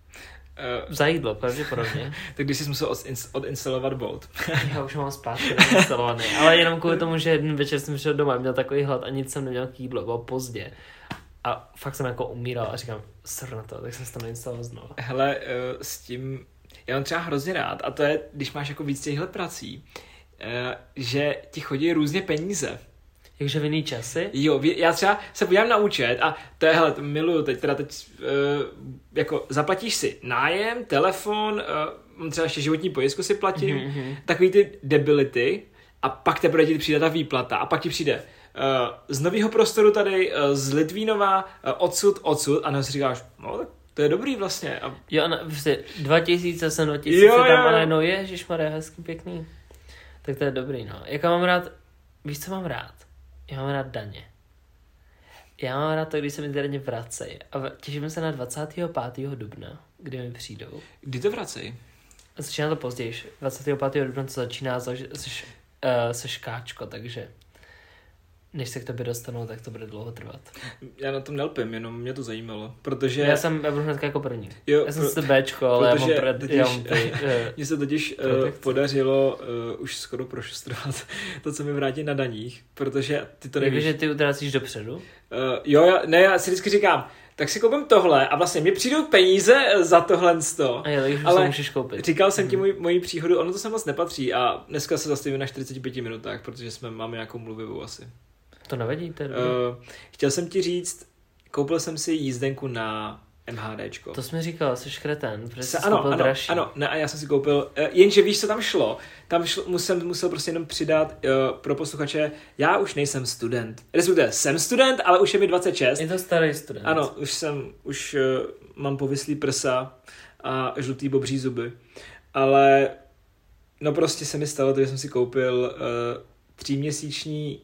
S2: Uh, Za jídlo, pravděpodobně.
S1: Tak když jsi musel odinstalovat Bolt.
S2: Já už mám zpátky odinstalovaný, ale jenom kvůli tomu, že jeden večer jsem přišel doma a měl takový hlad a nic jsem neměl k jídlu, bylo pozdě. A fakt jsem jako umíral a říkám, sr na to, tak jsem si to nainstaloval znovu.
S1: Hele, uh, s tím, já mám třeba hrozně rád, a to je, když máš jako víc těchhle prací, uh, že ti chodí různě peníze.
S2: Jakože v jiný časy?
S1: Jo, já třeba se podívám na účet a to je, hele, to miluju teď, teda teď, uh, jako zaplatíš si nájem, telefon, uh, třeba ještě životní pojistku si platím, mm-hmm. takový ty debility a pak teprve ti přijde ta výplata a pak ti přijde uh, z nového prostoru tady, uh, z Litvínova, uh, odsud, odsud a no si říkáš, no tak to je dobrý vlastně. A...
S2: Jo, no, prostě dva tisíce jsem, dva tisíce tam a najednou, ježišmarja, hezký, pěkný. Tak to je dobrý, no. Jak mám rád, víš, co mám rád? Já mám rád daně. Já mám rád to, když se mi ty daně vracejí. A těším se na dvacátého pátého dubna, kdy mi přijdou.
S1: Kdy to vracejí?
S2: Začíná to později. dvacátého pátého dubna to začíná, seš, uh, seš káčko, takže než se k tobě dostanou, tak to bude dlouho trvat.
S1: Já na tom nelpím, jenom mě to zajímalo, protože...
S2: Já jsem, já budu hnedka jako první. Jo, já jsem pro... sice Bčko, ale já mám, pred, totiž, já mám tady, uh,
S1: mně se totiž uh, podařilo uh, už skoro prošustrovat to, co mi vrátí na daních, protože ty to nevíš.
S2: Jako, že ty utrácíš dopředu? Uh,
S1: jo, já, ne, já si vždycky říkám, tak si koupím tohle a vlastně mi přijdou peníze za tohle sto.
S2: A jo, takže ale můžeš koupit.
S1: Říkal jsem ti můj, moji příhodu, ono to sem moc nepatří a dneska se zastavíme na čtyřicet pět minutách, protože jsme máme nějakou mluvivou asi.
S2: To nevadí, to je
S1: uh, Chtěl jsem ti říct, koupil jsem si jízdenku na MHDčko.
S2: To jsi mi říkal, jsi škreten, protože jsi
S1: ano,
S2: koupil
S1: ano,
S2: dražší.
S1: Ano, ne, a já jsem si koupil, uh, jenže víš, co tam šlo? Tam šlo, musel, musel prostě jenom přidat uh, pro posluchače, já už nejsem student. Respektive jsem student, ale už je mi dvacet šest.
S2: Je to starý student.
S1: Ano, už jsem, už uh, mám povislý prsa a žlutý bobří zuby. Ale, no prostě se mi stalo to, že jsem si koupil uh, tříměsíční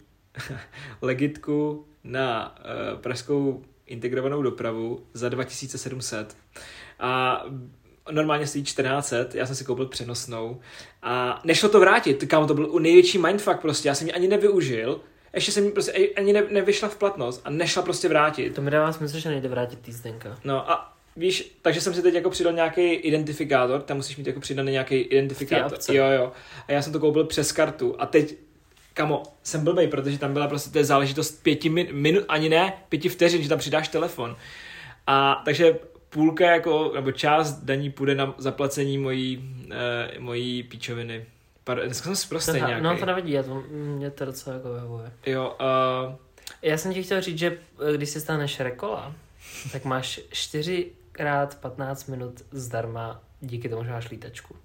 S1: legitku na uh, pražskou integrovanou dopravu za dva tisíce sedm set. A normálně stojí čtrnáct set, já jsem si koupil přenosnou a nešlo to vrátit, kámo, to byl největší mindfuck prostě, já jsem ji ani nevyužil, ještě jsem ji prostě ani ne, nevyšla v platnost a nešla prostě vrátit.
S2: To mi dává smysl, že nejde vrátit týzdenka.
S1: No a víš, takže jsem si teď jako přidal nějaký identifikátor, tam musíš mít jako přidaný nějaký identifikátor. Jo, jo. A já jsem to koupil přes kartu a teď, kamo, jsem blbej, protože tam byla prostě to záležitost pěti min, minut, ani ne, pěti vteřin, že tam přidáš telefon. A takže půlka jako, nebo část daní půjde na zaplacení mojí, eh, mojí píčoviny. Pardon, dneska jsem zprostej nějaký.
S2: No to nevadí, já to, mě to docela jako vyhovuje.
S1: Jo, uh...
S2: Já jsem ti chtěl říct, že když si staneš rekola, tak máš čtyři krát patnáct minut zdarma díky tomu, že máš lítačku.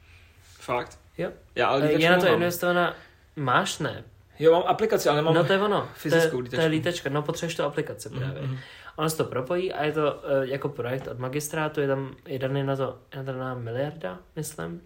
S1: Fakt?
S2: Jo.
S1: Já ale lítačku
S2: je na to
S1: nemám.
S2: investovaná, máš ne?
S1: Jo, mám aplikaci, ale nemám
S2: no, to je ono.
S1: fyzickou
S2: lítačku.
S1: lítačku.
S2: To je lítačka, no potřebuješ tu aplikaci právě. Mm-hmm. Ono se to propojí a je to uh, jako projekt od magistrátu, je tam je daný na to, je na to daná miliarda, myslím.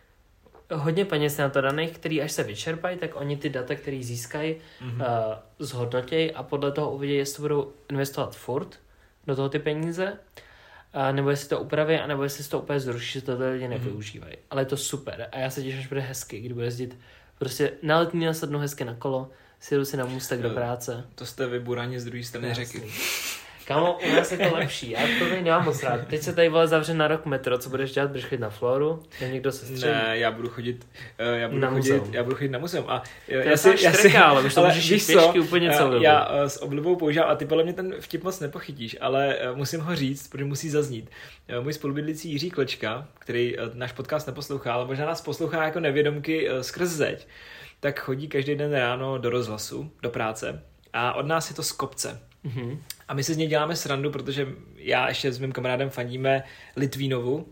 S2: Hodně peněz na to daných, který až se vyčerpají, tak oni ty data, který získají, mm-hmm. uh, zhodnotějí a podle toho uvidí, jestli budou investovat furt do toho ty peníze, uh, nebo jestli to upraví, anebo jestli to úplně zruší, že to lidi nevyužívají. Mm-hmm. Ale je to super a já se těším, až bude hezky, kdy bude jezdit prostě na letní nasadnu hezky na kolo, sjedu si na můstek do práce.
S1: To jste vyburani z druhé strany
S2: Jasný.
S1: řeky.
S2: Kámo, u nás je to lepší, já to tady nemám moc rád. Teď se tady vole zavře na rok metro, co budeš dělat? Budeš chodit na Floru? Někdo se střelí?
S1: Ne, já budu chodit, uh, já budu
S2: na
S1: chodit,
S2: muzeum.
S1: já budu chodit na muzeum. A
S2: já, já si, já si, ale už to můžeš jít pěšky úplně celou dobu.
S1: Já uh, s oblibou používám, a ty podle mě ten vtip moc nepochytíš, ale uh, musím ho říct, protože musí zaznít. Uh, můj spolubydlící Jiří Klečka, který uh, náš podcast neposlouchá, ale možná nás poslouchá jako nevědomky uh, skrz zeď, tak chodí každý den ráno do rozhlasu, do práce a od nás je to z kopce. Mm-hmm. A my si z něj děláme srandu, protože já ještě s mým kamarádem fandíme Litvínovu.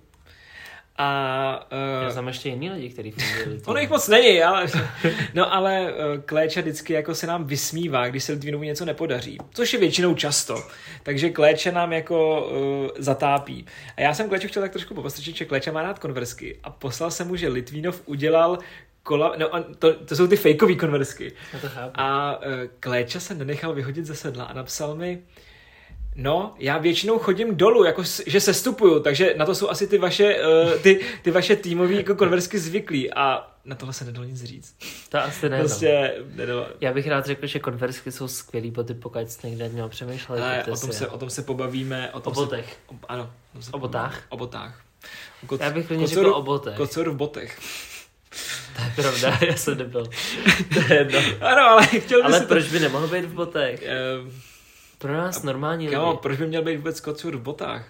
S1: A, uh,
S2: já znám ještě jiný lidi, který fandí Litvínovu.
S1: Ono jich moc není, ale... No ale uh, Kléča vždycky jako se nám vysmívá, když se Litvínovu něco nepodaří. Což je většinou často. Takže Kléča nám jako uh, zatápí. A já jsem Kléču chtěl tak trošku popostrčit, že Kléča má rád konversky. A poslal jsem mu, že Litvínov udělal kola, no, to, to jsou ty fejkový konversky. A uh, Kléča se nenechal vyhodit ze sedla a napsal mi, no, já většinou chodím dolů, jako že sestupuju, takže na to jsou asi ty vaše, uh, ty, ty vaše týmový jako konversky zvyklí a na tohle se nedalo nic říct.
S2: To asi nedalo.
S1: Prostě nedalo.
S2: Já bych rád řekl, že konversky jsou skvělý boty, pokud jste někde měl přemýšlet.
S1: Ale o tom, se, o tom se pobavíme. O, tom
S2: o botech.
S1: Se, o, ano.
S2: O botách?
S1: O botách. Koc,
S2: já bych klidně řekl o botech.
S1: Kocor v botech.
S2: To je pravda, já jsem nebyl. To je jedno.
S1: Ano, ale chtěl bych
S2: Ale
S1: si
S2: proč
S1: to...
S2: by nemohl být v botech?
S1: Uh,
S2: Pro nás normální lidi.
S1: Kámo, proč by měl být vůbec kocur v botách?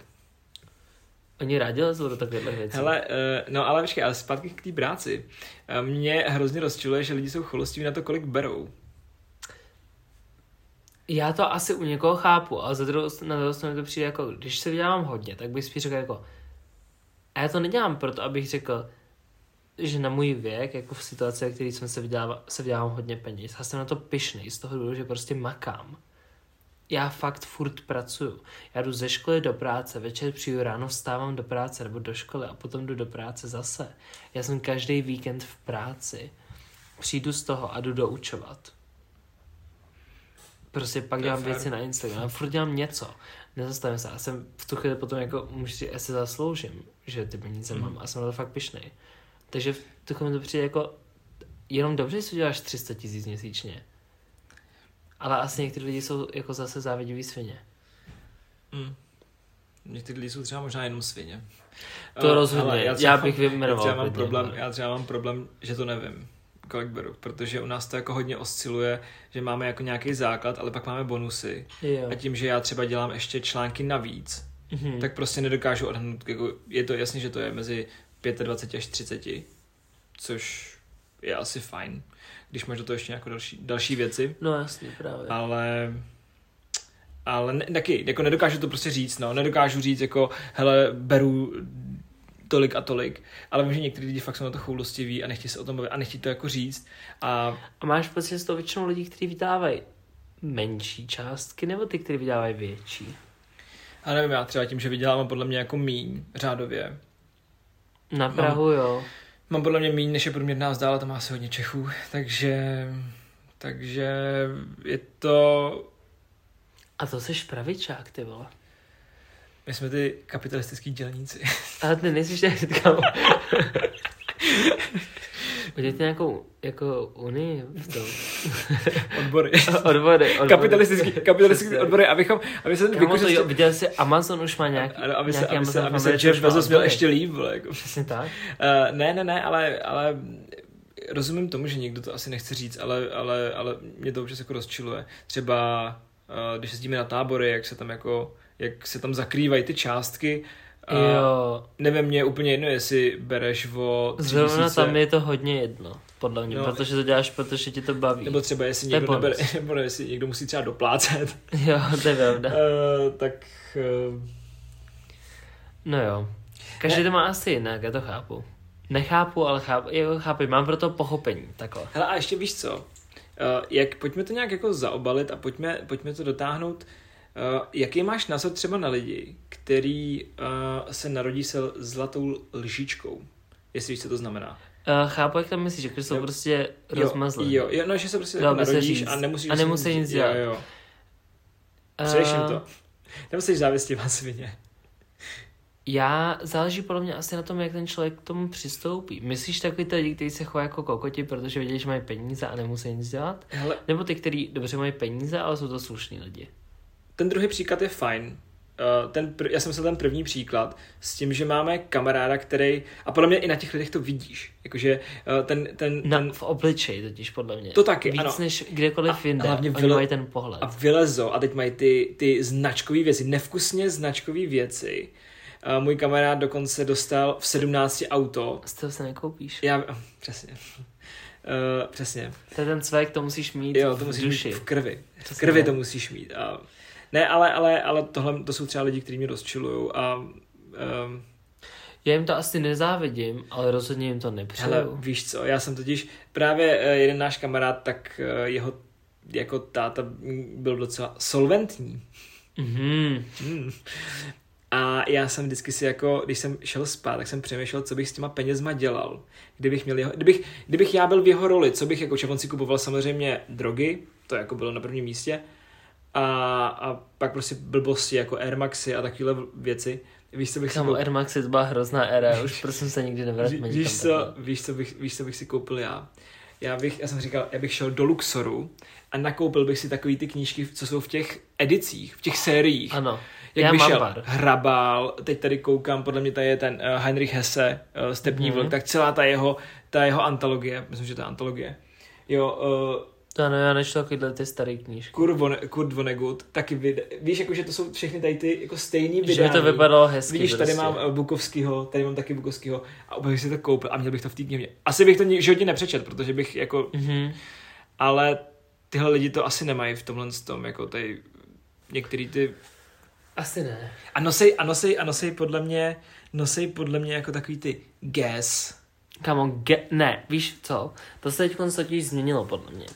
S2: Oni rádi lezou do takovýchhle věcí.
S1: Hele, uh, no ale počkej, ale zpátky k té práci. Uh, mě hrozně rozčiluje, že lidi jsou cholostiví na to, kolik berou.
S2: Já to asi u někoho chápu, ale za druhou, na druhou stranu to přijde jako, když se vydělám hodně, tak bych spíš řekl jako, a já to nedělám proto, abych řekl, že na můj věk, jako v situaci, v který jsem se vydělával, se vydělávám hodně peněz. Já jsem na to pyšnej, z toho důvodu, že prostě makám. Já fakt furt pracuju. Já jdu ze školy do práce, večer přijdu, ráno vstávám do práce nebo do školy a potom jdu do práce zase. Já jsem každý víkend v práci. Přijdu z toho a jdu doučovat. Prostě pak dělám věci na Instagram, furt dělám něco. Nezastavím se. Já jsem v tu chvíli potom jako, můžu si, já si zasloužím, že ty peníze mm. mám a jsem na to fakt pyšnej. Takže v tu chvíli to přijde jako, jenom dobře, že si uděláš tři sta tisíc měsíčně. Ale asi někteří lidi jsou jako zase závidivý svině.
S1: Mm. Někteří lidi jsou třeba možná jenom svině.
S2: To uh, rozhodně, já, já bych vyjmenoval.
S1: Já, mám problém, já třeba mám problém, že to nevím, kolik beru, protože u nás to jako hodně osciluje, že máme jako nějaký základ, ale pak máme bonusy.
S2: Jo.
S1: A tím, že já třeba dělám ještě články navíc, mm-hmm. tak prostě nedokážu odhadnout, jako je to jasně, že to je mezi dvacet pět až třicet, což je asi fajn, když máš do toho ještě nějaké další, další věci.
S2: No jasně, právě.
S1: Ale ale ne, taky, jako nedokážu to prostě říct, no, nedokážu říct jako, hele, beru tolik a tolik, ale vím, že někteří lidi fakt jsou na to choulostiví a nechtějí se o tom bavit a nechtějí to jako říct. A,
S2: a máš pocit, že to většinou lidí, kteří vydávají menší částky, nebo ty, kteří vydávají větší?
S1: A nevím, já třeba tím, že vydělám podle mě jako míň, řádově.
S2: Na Prahu, mám, jo.
S1: Mám podle mě míň, než je průměrná mzda, ale tam má asi hodně Čechů, takže, takže je to...
S2: A to jsi pravičák, ty vole.
S1: My jsme ty kapitalistický dělníci.
S2: Ale ty nejsi štět, kámo. Udělejte nějakou jako unii v tom.
S1: Odbory.
S2: odbory, odbory.
S1: Kapitalistický, kapitalistický odbory, abychom, aby se
S2: vykuřili... To, viděl jsi, Amazon už má nějaký,
S1: ano, aby
S2: nějaký
S1: se,
S2: Amazon.
S1: Aby se, aby se Jeff Bezos měl ještě líp. Jako.
S2: Přesně tak.
S1: Uh, ne, ne, ne, ale, ale rozumím tomu, že někdo to asi nechce říct, ale, ale, ale mě to občas jako rozčiluje. Třeba, uh, když jezdíme na tábory, jak se tam jako, jak se tam zakrývají ty částky. Uh,
S2: jo.
S1: Nevím, mě je úplně jedno, jestli bereš o tři tisíce.
S2: Zrovna tam je to hodně jedno, podle mě, no, protože to děláš, protože ti to baví.
S1: Nebo třeba, jestli někdo nebere, nebo jestli někdo musí třeba doplácet.
S2: Jo, to je pravda.
S1: uh, tak... Uh...
S2: No jo. Každý ne. to má asi jinak, já to chápu. Nechápu, ale chápu, jo, chápu, mám pro to pochopení, takhle.
S1: Hele, a ještě víš co, uh, jak, pojďme to nějak jako zaobalit a pojďme, pojďme to dotáhnout. Uh, jaký máš názor třeba na lidi, který uh, se narodí se zlatou lžičkou? Jestli víš, co to znamená.
S2: Uh, chápu, jak tam myslíš, že jsou jo. prostě rozmazlení.
S1: Jo, jo, no, že se prostě jako narodíš a nemusíš,
S2: a nemusí nic dělat.
S1: Jo, jo. Především uh... to. Nebo jsi závistivá svině.
S2: Já, záleží podle mě asi na tom, jak ten člověk k tomu přistoupí. Myslíš takový ty lidi, kteří se chovají jako kokoti, protože vědí, že mají peníze a nemusí nic dělat? Hele. Nebo ty, kteří dobře mají peníze, ale jsou to slušní lidi?
S1: Ten druhý příklad je fajn. Ten, já jsem myslel ten první příklad s tím, že máme kamaráda, který, a podle mě i na těch lidech to vidíš, jakože ten... ten,
S2: na,
S1: ten
S2: v obličeji totiž podle mě.
S1: To taky,
S2: víc
S1: ano.
S2: než kdekoliv jinde, oni vyle, mají ten pohled.
S1: A vylezo a teď mají ty, ty značkové věci, nevkusně značkové věci. Uh, můj kamarád dokonce dostal v sedmnácti auto.
S2: Z toho se nekoupíš.
S1: Já, přesně. Uh, přesně.
S2: To je ten cvek, to musíš mít
S1: jo, to
S2: v
S1: musíš
S2: duši.
S1: Mít v krvi. V krvi to musíš mít. A ne, ale, ale, ale tohle, to jsou třeba lidi, kteří mě rozčilujou a... Um,
S2: já jim to asi nezávidím, ale rozhodně jim to nepřeju.
S1: Hele, víš co, já jsem totiž právě uh, jeden náš kamarád, tak uh, jeho jako táta byl docela solventní.
S2: Mhm.
S1: Mm. A já jsem vždycky si jako, když jsem šel spát, tak jsem přemýšlel, co bych s těma penězma dělal. Kdybych měl jeho, kdybych, kdybych já byl v jeho roli, co bych jako, že on si kupoval samozřejmě drogy, to jako bylo na prvním místě, a, a pak prostě blbosti jako Air Maxy a takovéhle věci. Víš, co bych
S2: Kamu, si koupil? Air Maxy, to byla hrozná éra, už prosím se nikdy nevrátím.
S1: Víš, co, víš, co bych, víš, co bych si koupil já? Já bych, já jsem říkal, já bych šel do Luxoru a nakoupil bych si takový ty knížky, co jsou v těch edicích, v těch sériích.
S2: Ano.
S1: Jak
S2: já
S1: vyšel
S2: mám
S1: Hrabal, teď tady koukám, podle mě tady je ten uh, Heinrich Hesse, uh, Stepní mm-hmm. vlk, tak celá ta jeho, ta jeho antologie, myslím, že to je antologie. Jo, uh,
S2: to ano, já nečtu takovýhle ty staré knížky.
S1: Kurt, Von, Kurt Vonnegut, taky vide, víš, jako, že to jsou všechny tady ty jako stejný vydání.
S2: Že by to vypadalo hezky.
S1: Vidíš,
S2: prostě.
S1: Tady mám uh, Bukovskýho, tady mám taky Bukovskýho a úplně si to koupil a měl bych to v té knihovně. Asi bych to v životě nepřečet, protože bych jako,
S2: mm-hmm.
S1: ale tyhle lidi to asi nemají v tomhle tom, jako tady některý ty...
S2: Asi ne.
S1: A nosej, a nosej, a nosej podle mě, nosej podle mě jako takový ty gas.
S2: Kamo, ge- ne, víš co? To se teď totiž změnilo podle mě.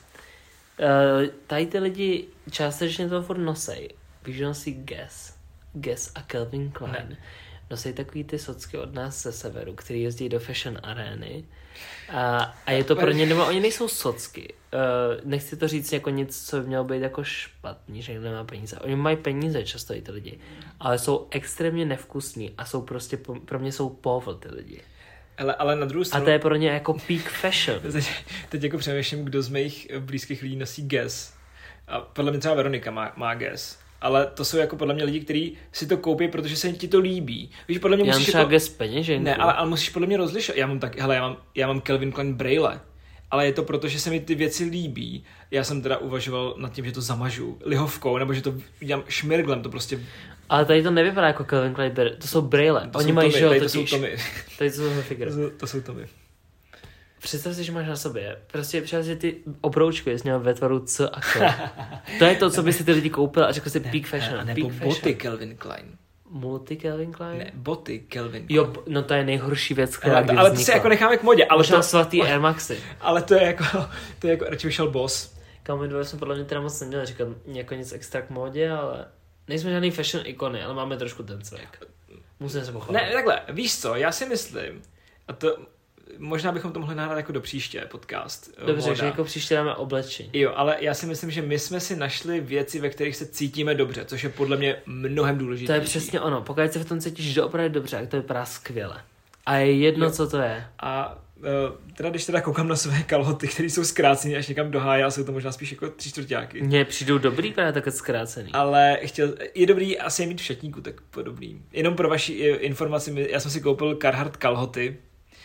S2: Uh, tady ty lidi částečně to furt nosej. Víš, že nosí Guess. Guess a Calvin Klein. Ne. Nosí takový ty socky od nás ze severu, který jezdí do fashion arény. A, a je to pro ně, nebo oni nejsou socky. Uh, nechci to říct jako nic, co by mělo být jako špatný, že někdo nemá peníze. Oni mají peníze často i ty lidi, ale jsou extrémně nevkusní a jsou prostě, pro mě jsou povl ty lidi.
S1: Ale, ale na druhou stranu...
S2: A to je pro ně jako peak fashion.
S1: Teď, teď jako přemýšlím, kdo z mých blízkých lidí nosí Guess. A podle mě třeba Veronika má, má Guess. Ale to jsou jako podle mě lidi, kteří si to koupí, protože se ti to líbí. Víš, podle mě
S2: já
S1: musíš
S2: třeba
S1: jako...
S2: Guess peněženku.
S1: Ne, ale, ale musíš podle mě rozlišovat. Já mám tak, hele, já mám, já mám Calvin Klein Braille. Ale je to proto, že se mi ty věci líbí. Já jsem teda uvažoval nad tím, že to zamažu lihovkou, nebo že to udělám šmirglem, to prostě...
S2: Ale tady to nevypadá jako Calvin Klein, to jsou Braille.
S1: To
S2: Oni
S1: jsou
S2: mají,
S1: Tommy,
S2: že jo,
S1: tady
S2: totiž.
S1: to jsou Tommy.
S2: Tady to jsou figure.
S1: To jsou, to jsou Tommy.
S2: představ si, že máš na sobě, prostě představ si ty obroučky, jsi měl ve tvaru C a K. To je to, co by si ty lidi koupil a řekl si peak fashion.
S1: A nebo
S2: peak
S1: boty
S2: fashion.
S1: Calvin Klein.
S2: Multi Calvin Klein?
S1: Ne, boty Calvin Klein.
S2: Jo, no to je nejhorší věc, která kdy
S1: ale to si jako necháme k modě. Ale
S2: možná
S1: to,
S2: svatý Air Maxy.
S1: Ale to je jako, to je jako, radši vyšel Boss.
S2: Kámo, my dva jsme podle mě teda moc neměli říkat jako nic extra k modě, ale nejsme žádný fashion ikony, ale máme trošku ten cvik. Musíme se pochválit.
S1: Ne, takhle, víš co, já si myslím, a to možná bychom to mohli nahrát jako do příště podcast.
S2: Dobře,
S1: moda.
S2: že jako příště dáme oblečení.
S1: Jo, ale já si myslím, že my jsme si našli věci, ve kterých se cítíme dobře, což je podle mě mnohem důležitější.
S2: To je přesně ono, pokud se v tom cítíš doopravdy dobře, tak to vypadá skvěle. A je jedno, jo. co to je.
S1: A uh, teda když teda koukám na své kalhoty, které jsou zkrácené až někam do háje, a jsou to možná spíš jako tři čtvrťáky.
S2: Mně přijdou dobrý právě takhle zkrácený.
S1: Ale chtěl, je dobrý asi je mít v šatníku tak podobný. Jenom pro vaši informaci, já jsem si koupil Carhartt kalhoty,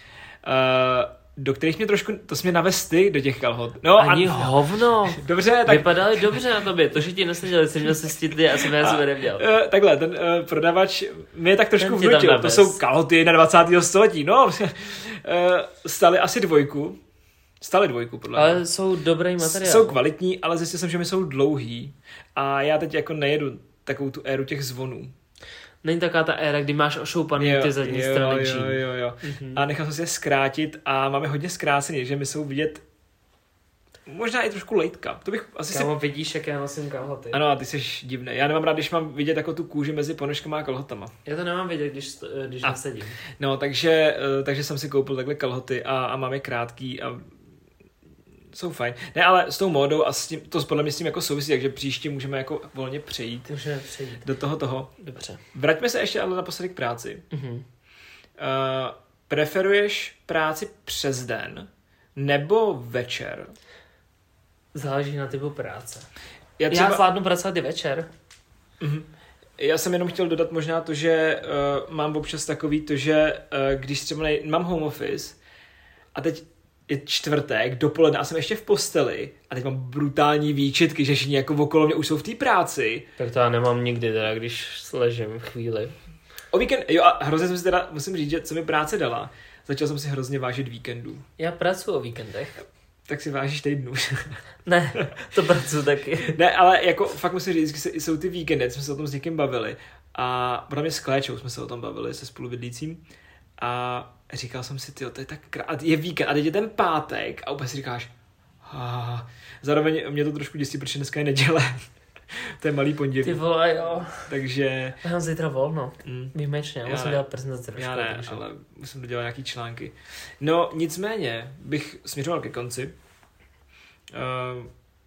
S1: uh, do kterých mě trošku, to jsi mě navez ty do těch kalhot. No,
S2: Ani a, hovno.
S1: Dobře, tak...
S2: Vypadaly dobře na tobě, to, že ti neseděli, jsi měl se stydli a jsem já se neměl.
S1: Uh, takhle, ten uh, prodavač mě tak trošku vnutil, to jsou kalhoty dvacátého století, no, uh, stály asi dvojku, stály dvojku, podle mě.
S2: Ale jsou dobrý materiál.
S1: Jsou kvalitní, ale zjistil jsem, že mi jsou dlouhý a já teď jako nejedu takovou tu éru těch zvonů.
S2: Není taková ta éra, kdy máš ošoupaný ty zadní
S1: jo,
S2: strany
S1: jo, jo, jo, jo. Mm-hmm. A nechal jsem si je zkrátit a máme hodně zkrácený, že mi jsou vidět možná i trošku lejtka. To bych asi
S2: Kámo,
S1: si...
S2: vidíš, jak já nosím kalhoty.
S1: Ano, a ty jsi divný. Já nemám rád, když mám vidět jako tu kůži mezi ponožkama a kalhotama.
S2: Já to nemám vidět, když, když nesedím.
S1: No, takže, takže jsem si koupil takhle kalhoty a, a mám je krátký a jsou fajn. Ne, ale s tou módou a s tím, to podle mě s tím jako souvisí, takže příště můžeme jako volně přejít.
S2: Můžeme přejít.
S1: Do toho toho.
S2: Dobře.
S1: Vraťme se ještě ale naposledy k práci.
S2: Mm-hmm.
S1: Uh, preferuješ práci přes den nebo večer?
S2: Záleží na typu práce.
S1: Já, třeba...
S2: Já zvládnu pracovat i večer.
S1: Mm-hmm. Já jsem jenom chtěl dodat možná to, že uh, mám občas takový to, že uh, když třeba nej... mám home office a teď je čtvrtek, dopoledne a jsem ještě v posteli a teď mám brutální výčitky, že všichni jako okolo mě už jsou v té práci.
S2: Tak to já nemám nikdy teda, když ležím chvíli.
S1: O víkend, jo a hrozně jsem si teda, musím říct, že co mi práce dala, začal jsem si hrozně vážit víkendů.
S2: Já pracuji o víkendech.
S1: Tak si vážíš týdnů.
S2: Ne, to pracuji taky.
S1: Ne, ale jako fakt musím říct, že jsou ty víkendy, jsme se o tom s někým bavili a podle mě s Kléčou jsme se o tom bavili, se spolubydlícím a říkal jsem si, tyjo, to je tak krát, je víkend a teď je ten pátek a úplně si říkáš, ah. Zároveň mě to trošku děsí, protože dneska je neděle. To je malý pondělí.
S2: Ty vole, jo.
S1: Takže...
S2: Já mám zítra volno.
S1: Mm.
S2: Výjimečně, já musím
S1: ne.
S2: dělat prezentaci.
S1: Já ne, takže... ale musím dodělat nějaký články. No, nicméně bych směřoval ke konci. Uh,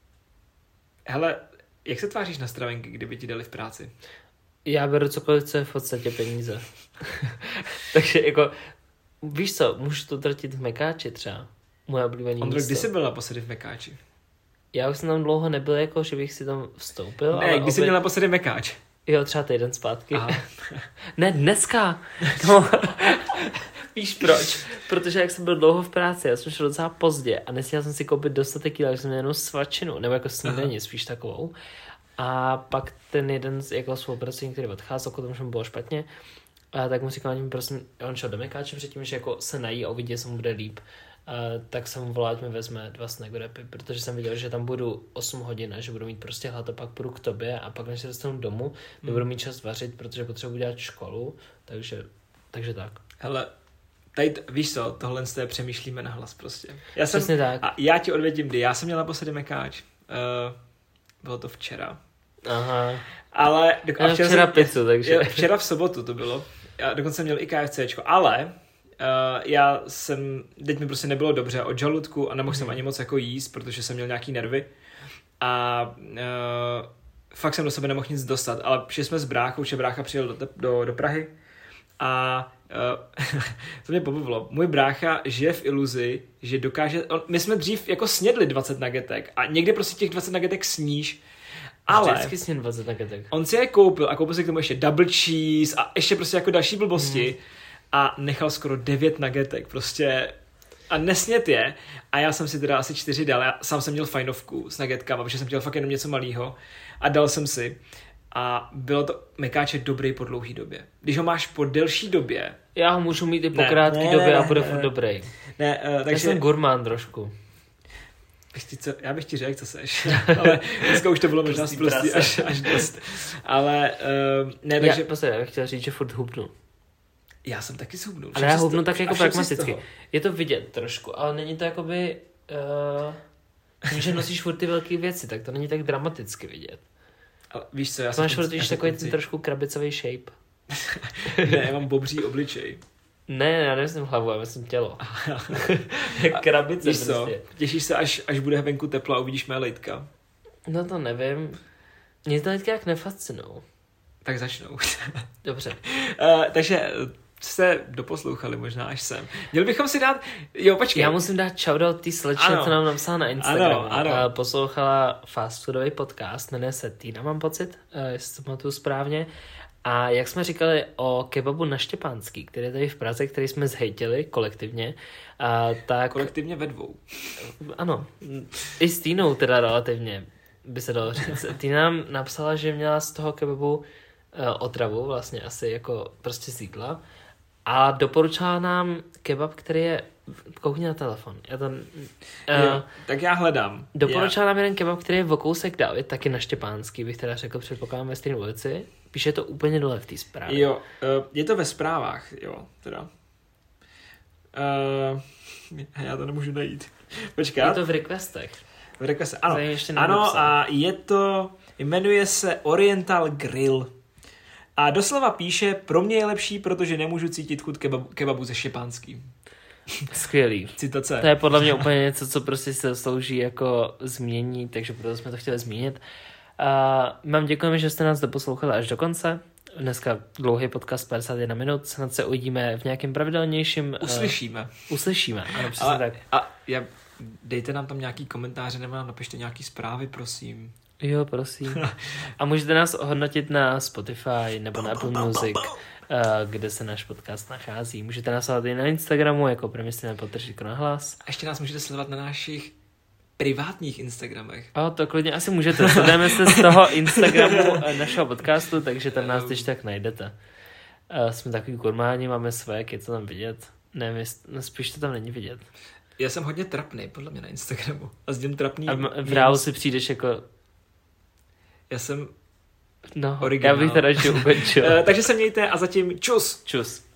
S1: hele, jak se tváříš na stravenky, kdyby ti dali v práci?
S2: Já beru cokoliv, co je v podstatě peníze. Takže jako, víš co, můžu to tratit v Mekáči třeba. Moje oblíbený
S1: Ondro,
S2: místo.
S1: kdy jsi byl naposledy v Mekáči?
S2: Já už jsem tam dlouho nebyl, jako, že bych si tam vstoupil.
S1: Ne,
S2: ale
S1: kdy jsi
S2: obě...
S1: měl naposledy Mekáč?
S2: Jo, třeba týden zpátky.
S1: Aha.
S2: Ne, dneska. No. Víš proč? Protože jak jsem byl dlouho v práci, já jsem šel docela pozdě a nesměl jsem si koupit dostatek jídla, že jsem měl jenom svačinu, nebo jako snídaní, spíš takovou. A pak ten jeden jako spolupracovník, který odcházel, pokud tomu bylo špatně, a tak mu říkal, prosím, on šel do Mekáče předtím, že jako se nají a uvidí, že mu bude líp. Uh, tak jsem mu volal, ať mi vezme dva snack wrapy, protože jsem viděl, že tam budu osm hodin a že budu mít prostě hlad a pak půjdu k tobě a pak než se dostanu domů, hmm. nebudu mít čas vařit, protože potřebuji dělat školu, takže, takže tak.
S1: Hele, tady, t- víš co, tohle z té přemýšlíme nahlas prostě. Já jsem,
S2: Přesně tak.
S1: A já ti odvědím, kdy já jsem měl naposledy Mekáč. Uh, bylo to včera.
S2: Aha.
S1: Ale... Do,
S2: a včera, včera pizzu, takže...
S1: Včera v sobotu to bylo. Já dokonce jsem měl i KFCčko, ale... Uh, já jsem, teď mi prostě nebylo dobře od žaludku a nemohl hmm. jsem ani moc jako jíst, protože jsem měl nějaký nervy a uh, fakt jsem do sebe nemohl nic dostat, ale šli jsme s bráchou, že brácha přijel do, do, do Prahy a uh, to mě pobavilo. Můj brácha žije v iluzi, že dokáže, on, my jsme dřív jako snědli dvacet nagetek a někdy prostě těch dvacet nagetek sníš, ale
S2: vždycky sním dvacet nagetek.
S1: On si je koupil a koupil si k tomu ještě double cheese a ještě prostě jako další blbosti. Hmm. A nechal skoro devět nagetek, prostě a nesnět je. A já jsem si teda asi čtyři dal, já sám jsem měl fajnovku s nagetkama, protože jsem chtěl fakt jenom něco malýho a dal jsem si. a bylo to mekáče dobrý po dlouhý době. Když ho máš po delší době...
S2: Já ho můžu mít i po krátké době ne, a bude ne, furt
S1: ne.
S2: dobrý.
S1: Ne, uh, takže...
S2: Já jsem gurmán trošku.
S1: Co, já bych ti řekl, co seš, ale dneska už to bylo možná zprostý až, až dost. Ale uh, ne, takže...
S2: Já, posledně, já bych chtěl říct, že furt hubnu.
S1: Já jsem taky zhubnul.
S2: Ale já hubnu tak jako pragmaticky. Je to vidět trošku, ale není to jakoby... Uh, tím, že nosíš furt ty velké věci, tak to není tak dramaticky vidět.
S1: Ale víš co, já
S2: to máš furt víš takový ten trošku krabicový shape.
S1: Ne, já mám bobří obličej.
S2: Ne, já nemyslím hlavu, já myslím tělo. Krabice
S1: víš co, prostě. Těšíš se, až, až bude venku teplo a uvidíš mé lejtka?
S2: No to nevím. Mě to lejtka jak nefascinou.
S1: Tak začnou.
S2: Dobře.
S1: Uh, takže jste doposlouchali možná až sem. Měli bychom si dát... Jo, počkej.
S2: Já musím dát shoutout tý slečně, co nám napsala na Instagramu.
S1: Ano, ano.
S2: Poslouchala fast foodový podcast, jmenuje se Týna, mám pocit, jestli to pamatuju správně. A jak jsme říkali o kebabu na Štěpánský, který je tady v Praze, který jsme zhejtili kolektivně, a tak...
S1: Kolektivně ve dvou.
S2: Ano. I s Týnou teda relativně, by se dalo říct. Týna nám napsala, že měla z toho kebabu uh, otravu, vlastně asi jako prostě z jídla. A doporučila nám kebab, který je... Koukni na telefon. Já to, uh,
S1: jo, tak já hledám.
S2: Doporučila já. nám jeden kebab, který je v kousek dál, je taky na Štěpánský, bych teda řekl, předpokládám ve stejné ulici. Píše to úplně dole v té zprávě.
S1: Jo, uh, je to ve zprávách, jo, teda. Uh, já to nemůžu najít. Počkat.
S2: Je to v requestech.
S1: V requestech, ano. Ano, a je to, jmenuje se Oriental Grill. A doslova píše, pro mě je lepší, protože nemůžu cítit chuť kebabu, kebabu ze Štěpánským.
S2: Skvělý.
S1: Citace.
S2: To je podle mě úplně něco, co prostě se slouží jako změní, takže proto jsme to chtěli zmínit. Uh, mám děkujeme, že jste nás doposlouchali až do konce. Dneska dlouhý podcast padesát jedna minut. Snad se uvidíme v nějakém pravidelnějším...
S1: Uslyšíme.
S2: Uh, uslyšíme, ano, přesně
S1: Ale,
S2: tak.
S1: A já, dejte nám tam nějaký komentáře, nebo nám napište nějaký zprávy, prosím.
S2: Jo, prosím. A můžete nás ohodnotit na Spotify nebo na Apple Music, kde se náš podcast nachází. Můžete nás sledovat i na Instagramu, jako Premyslené podtržítko na hlas.
S1: A ještě nás můžete sledovat na našich privátních Instagramech.
S2: O, to klidně asi můžete. Sledujeme se z toho Instagramu našeho podcastu, takže tam nás když tak najdete. Jsme takový gurmáni, máme své, je to tam vidět. Ne, spíš to tam není vidět.
S1: Já jsem hodně trapný, podle mě, na Instagramu. A sdím trapný...
S2: A v reálu si přijdeš jako...
S1: Já jsem
S2: no,
S1: originál.
S2: Já bych teda ještě ukončil.
S1: Takže se mějte a zatím čus.
S2: Čus.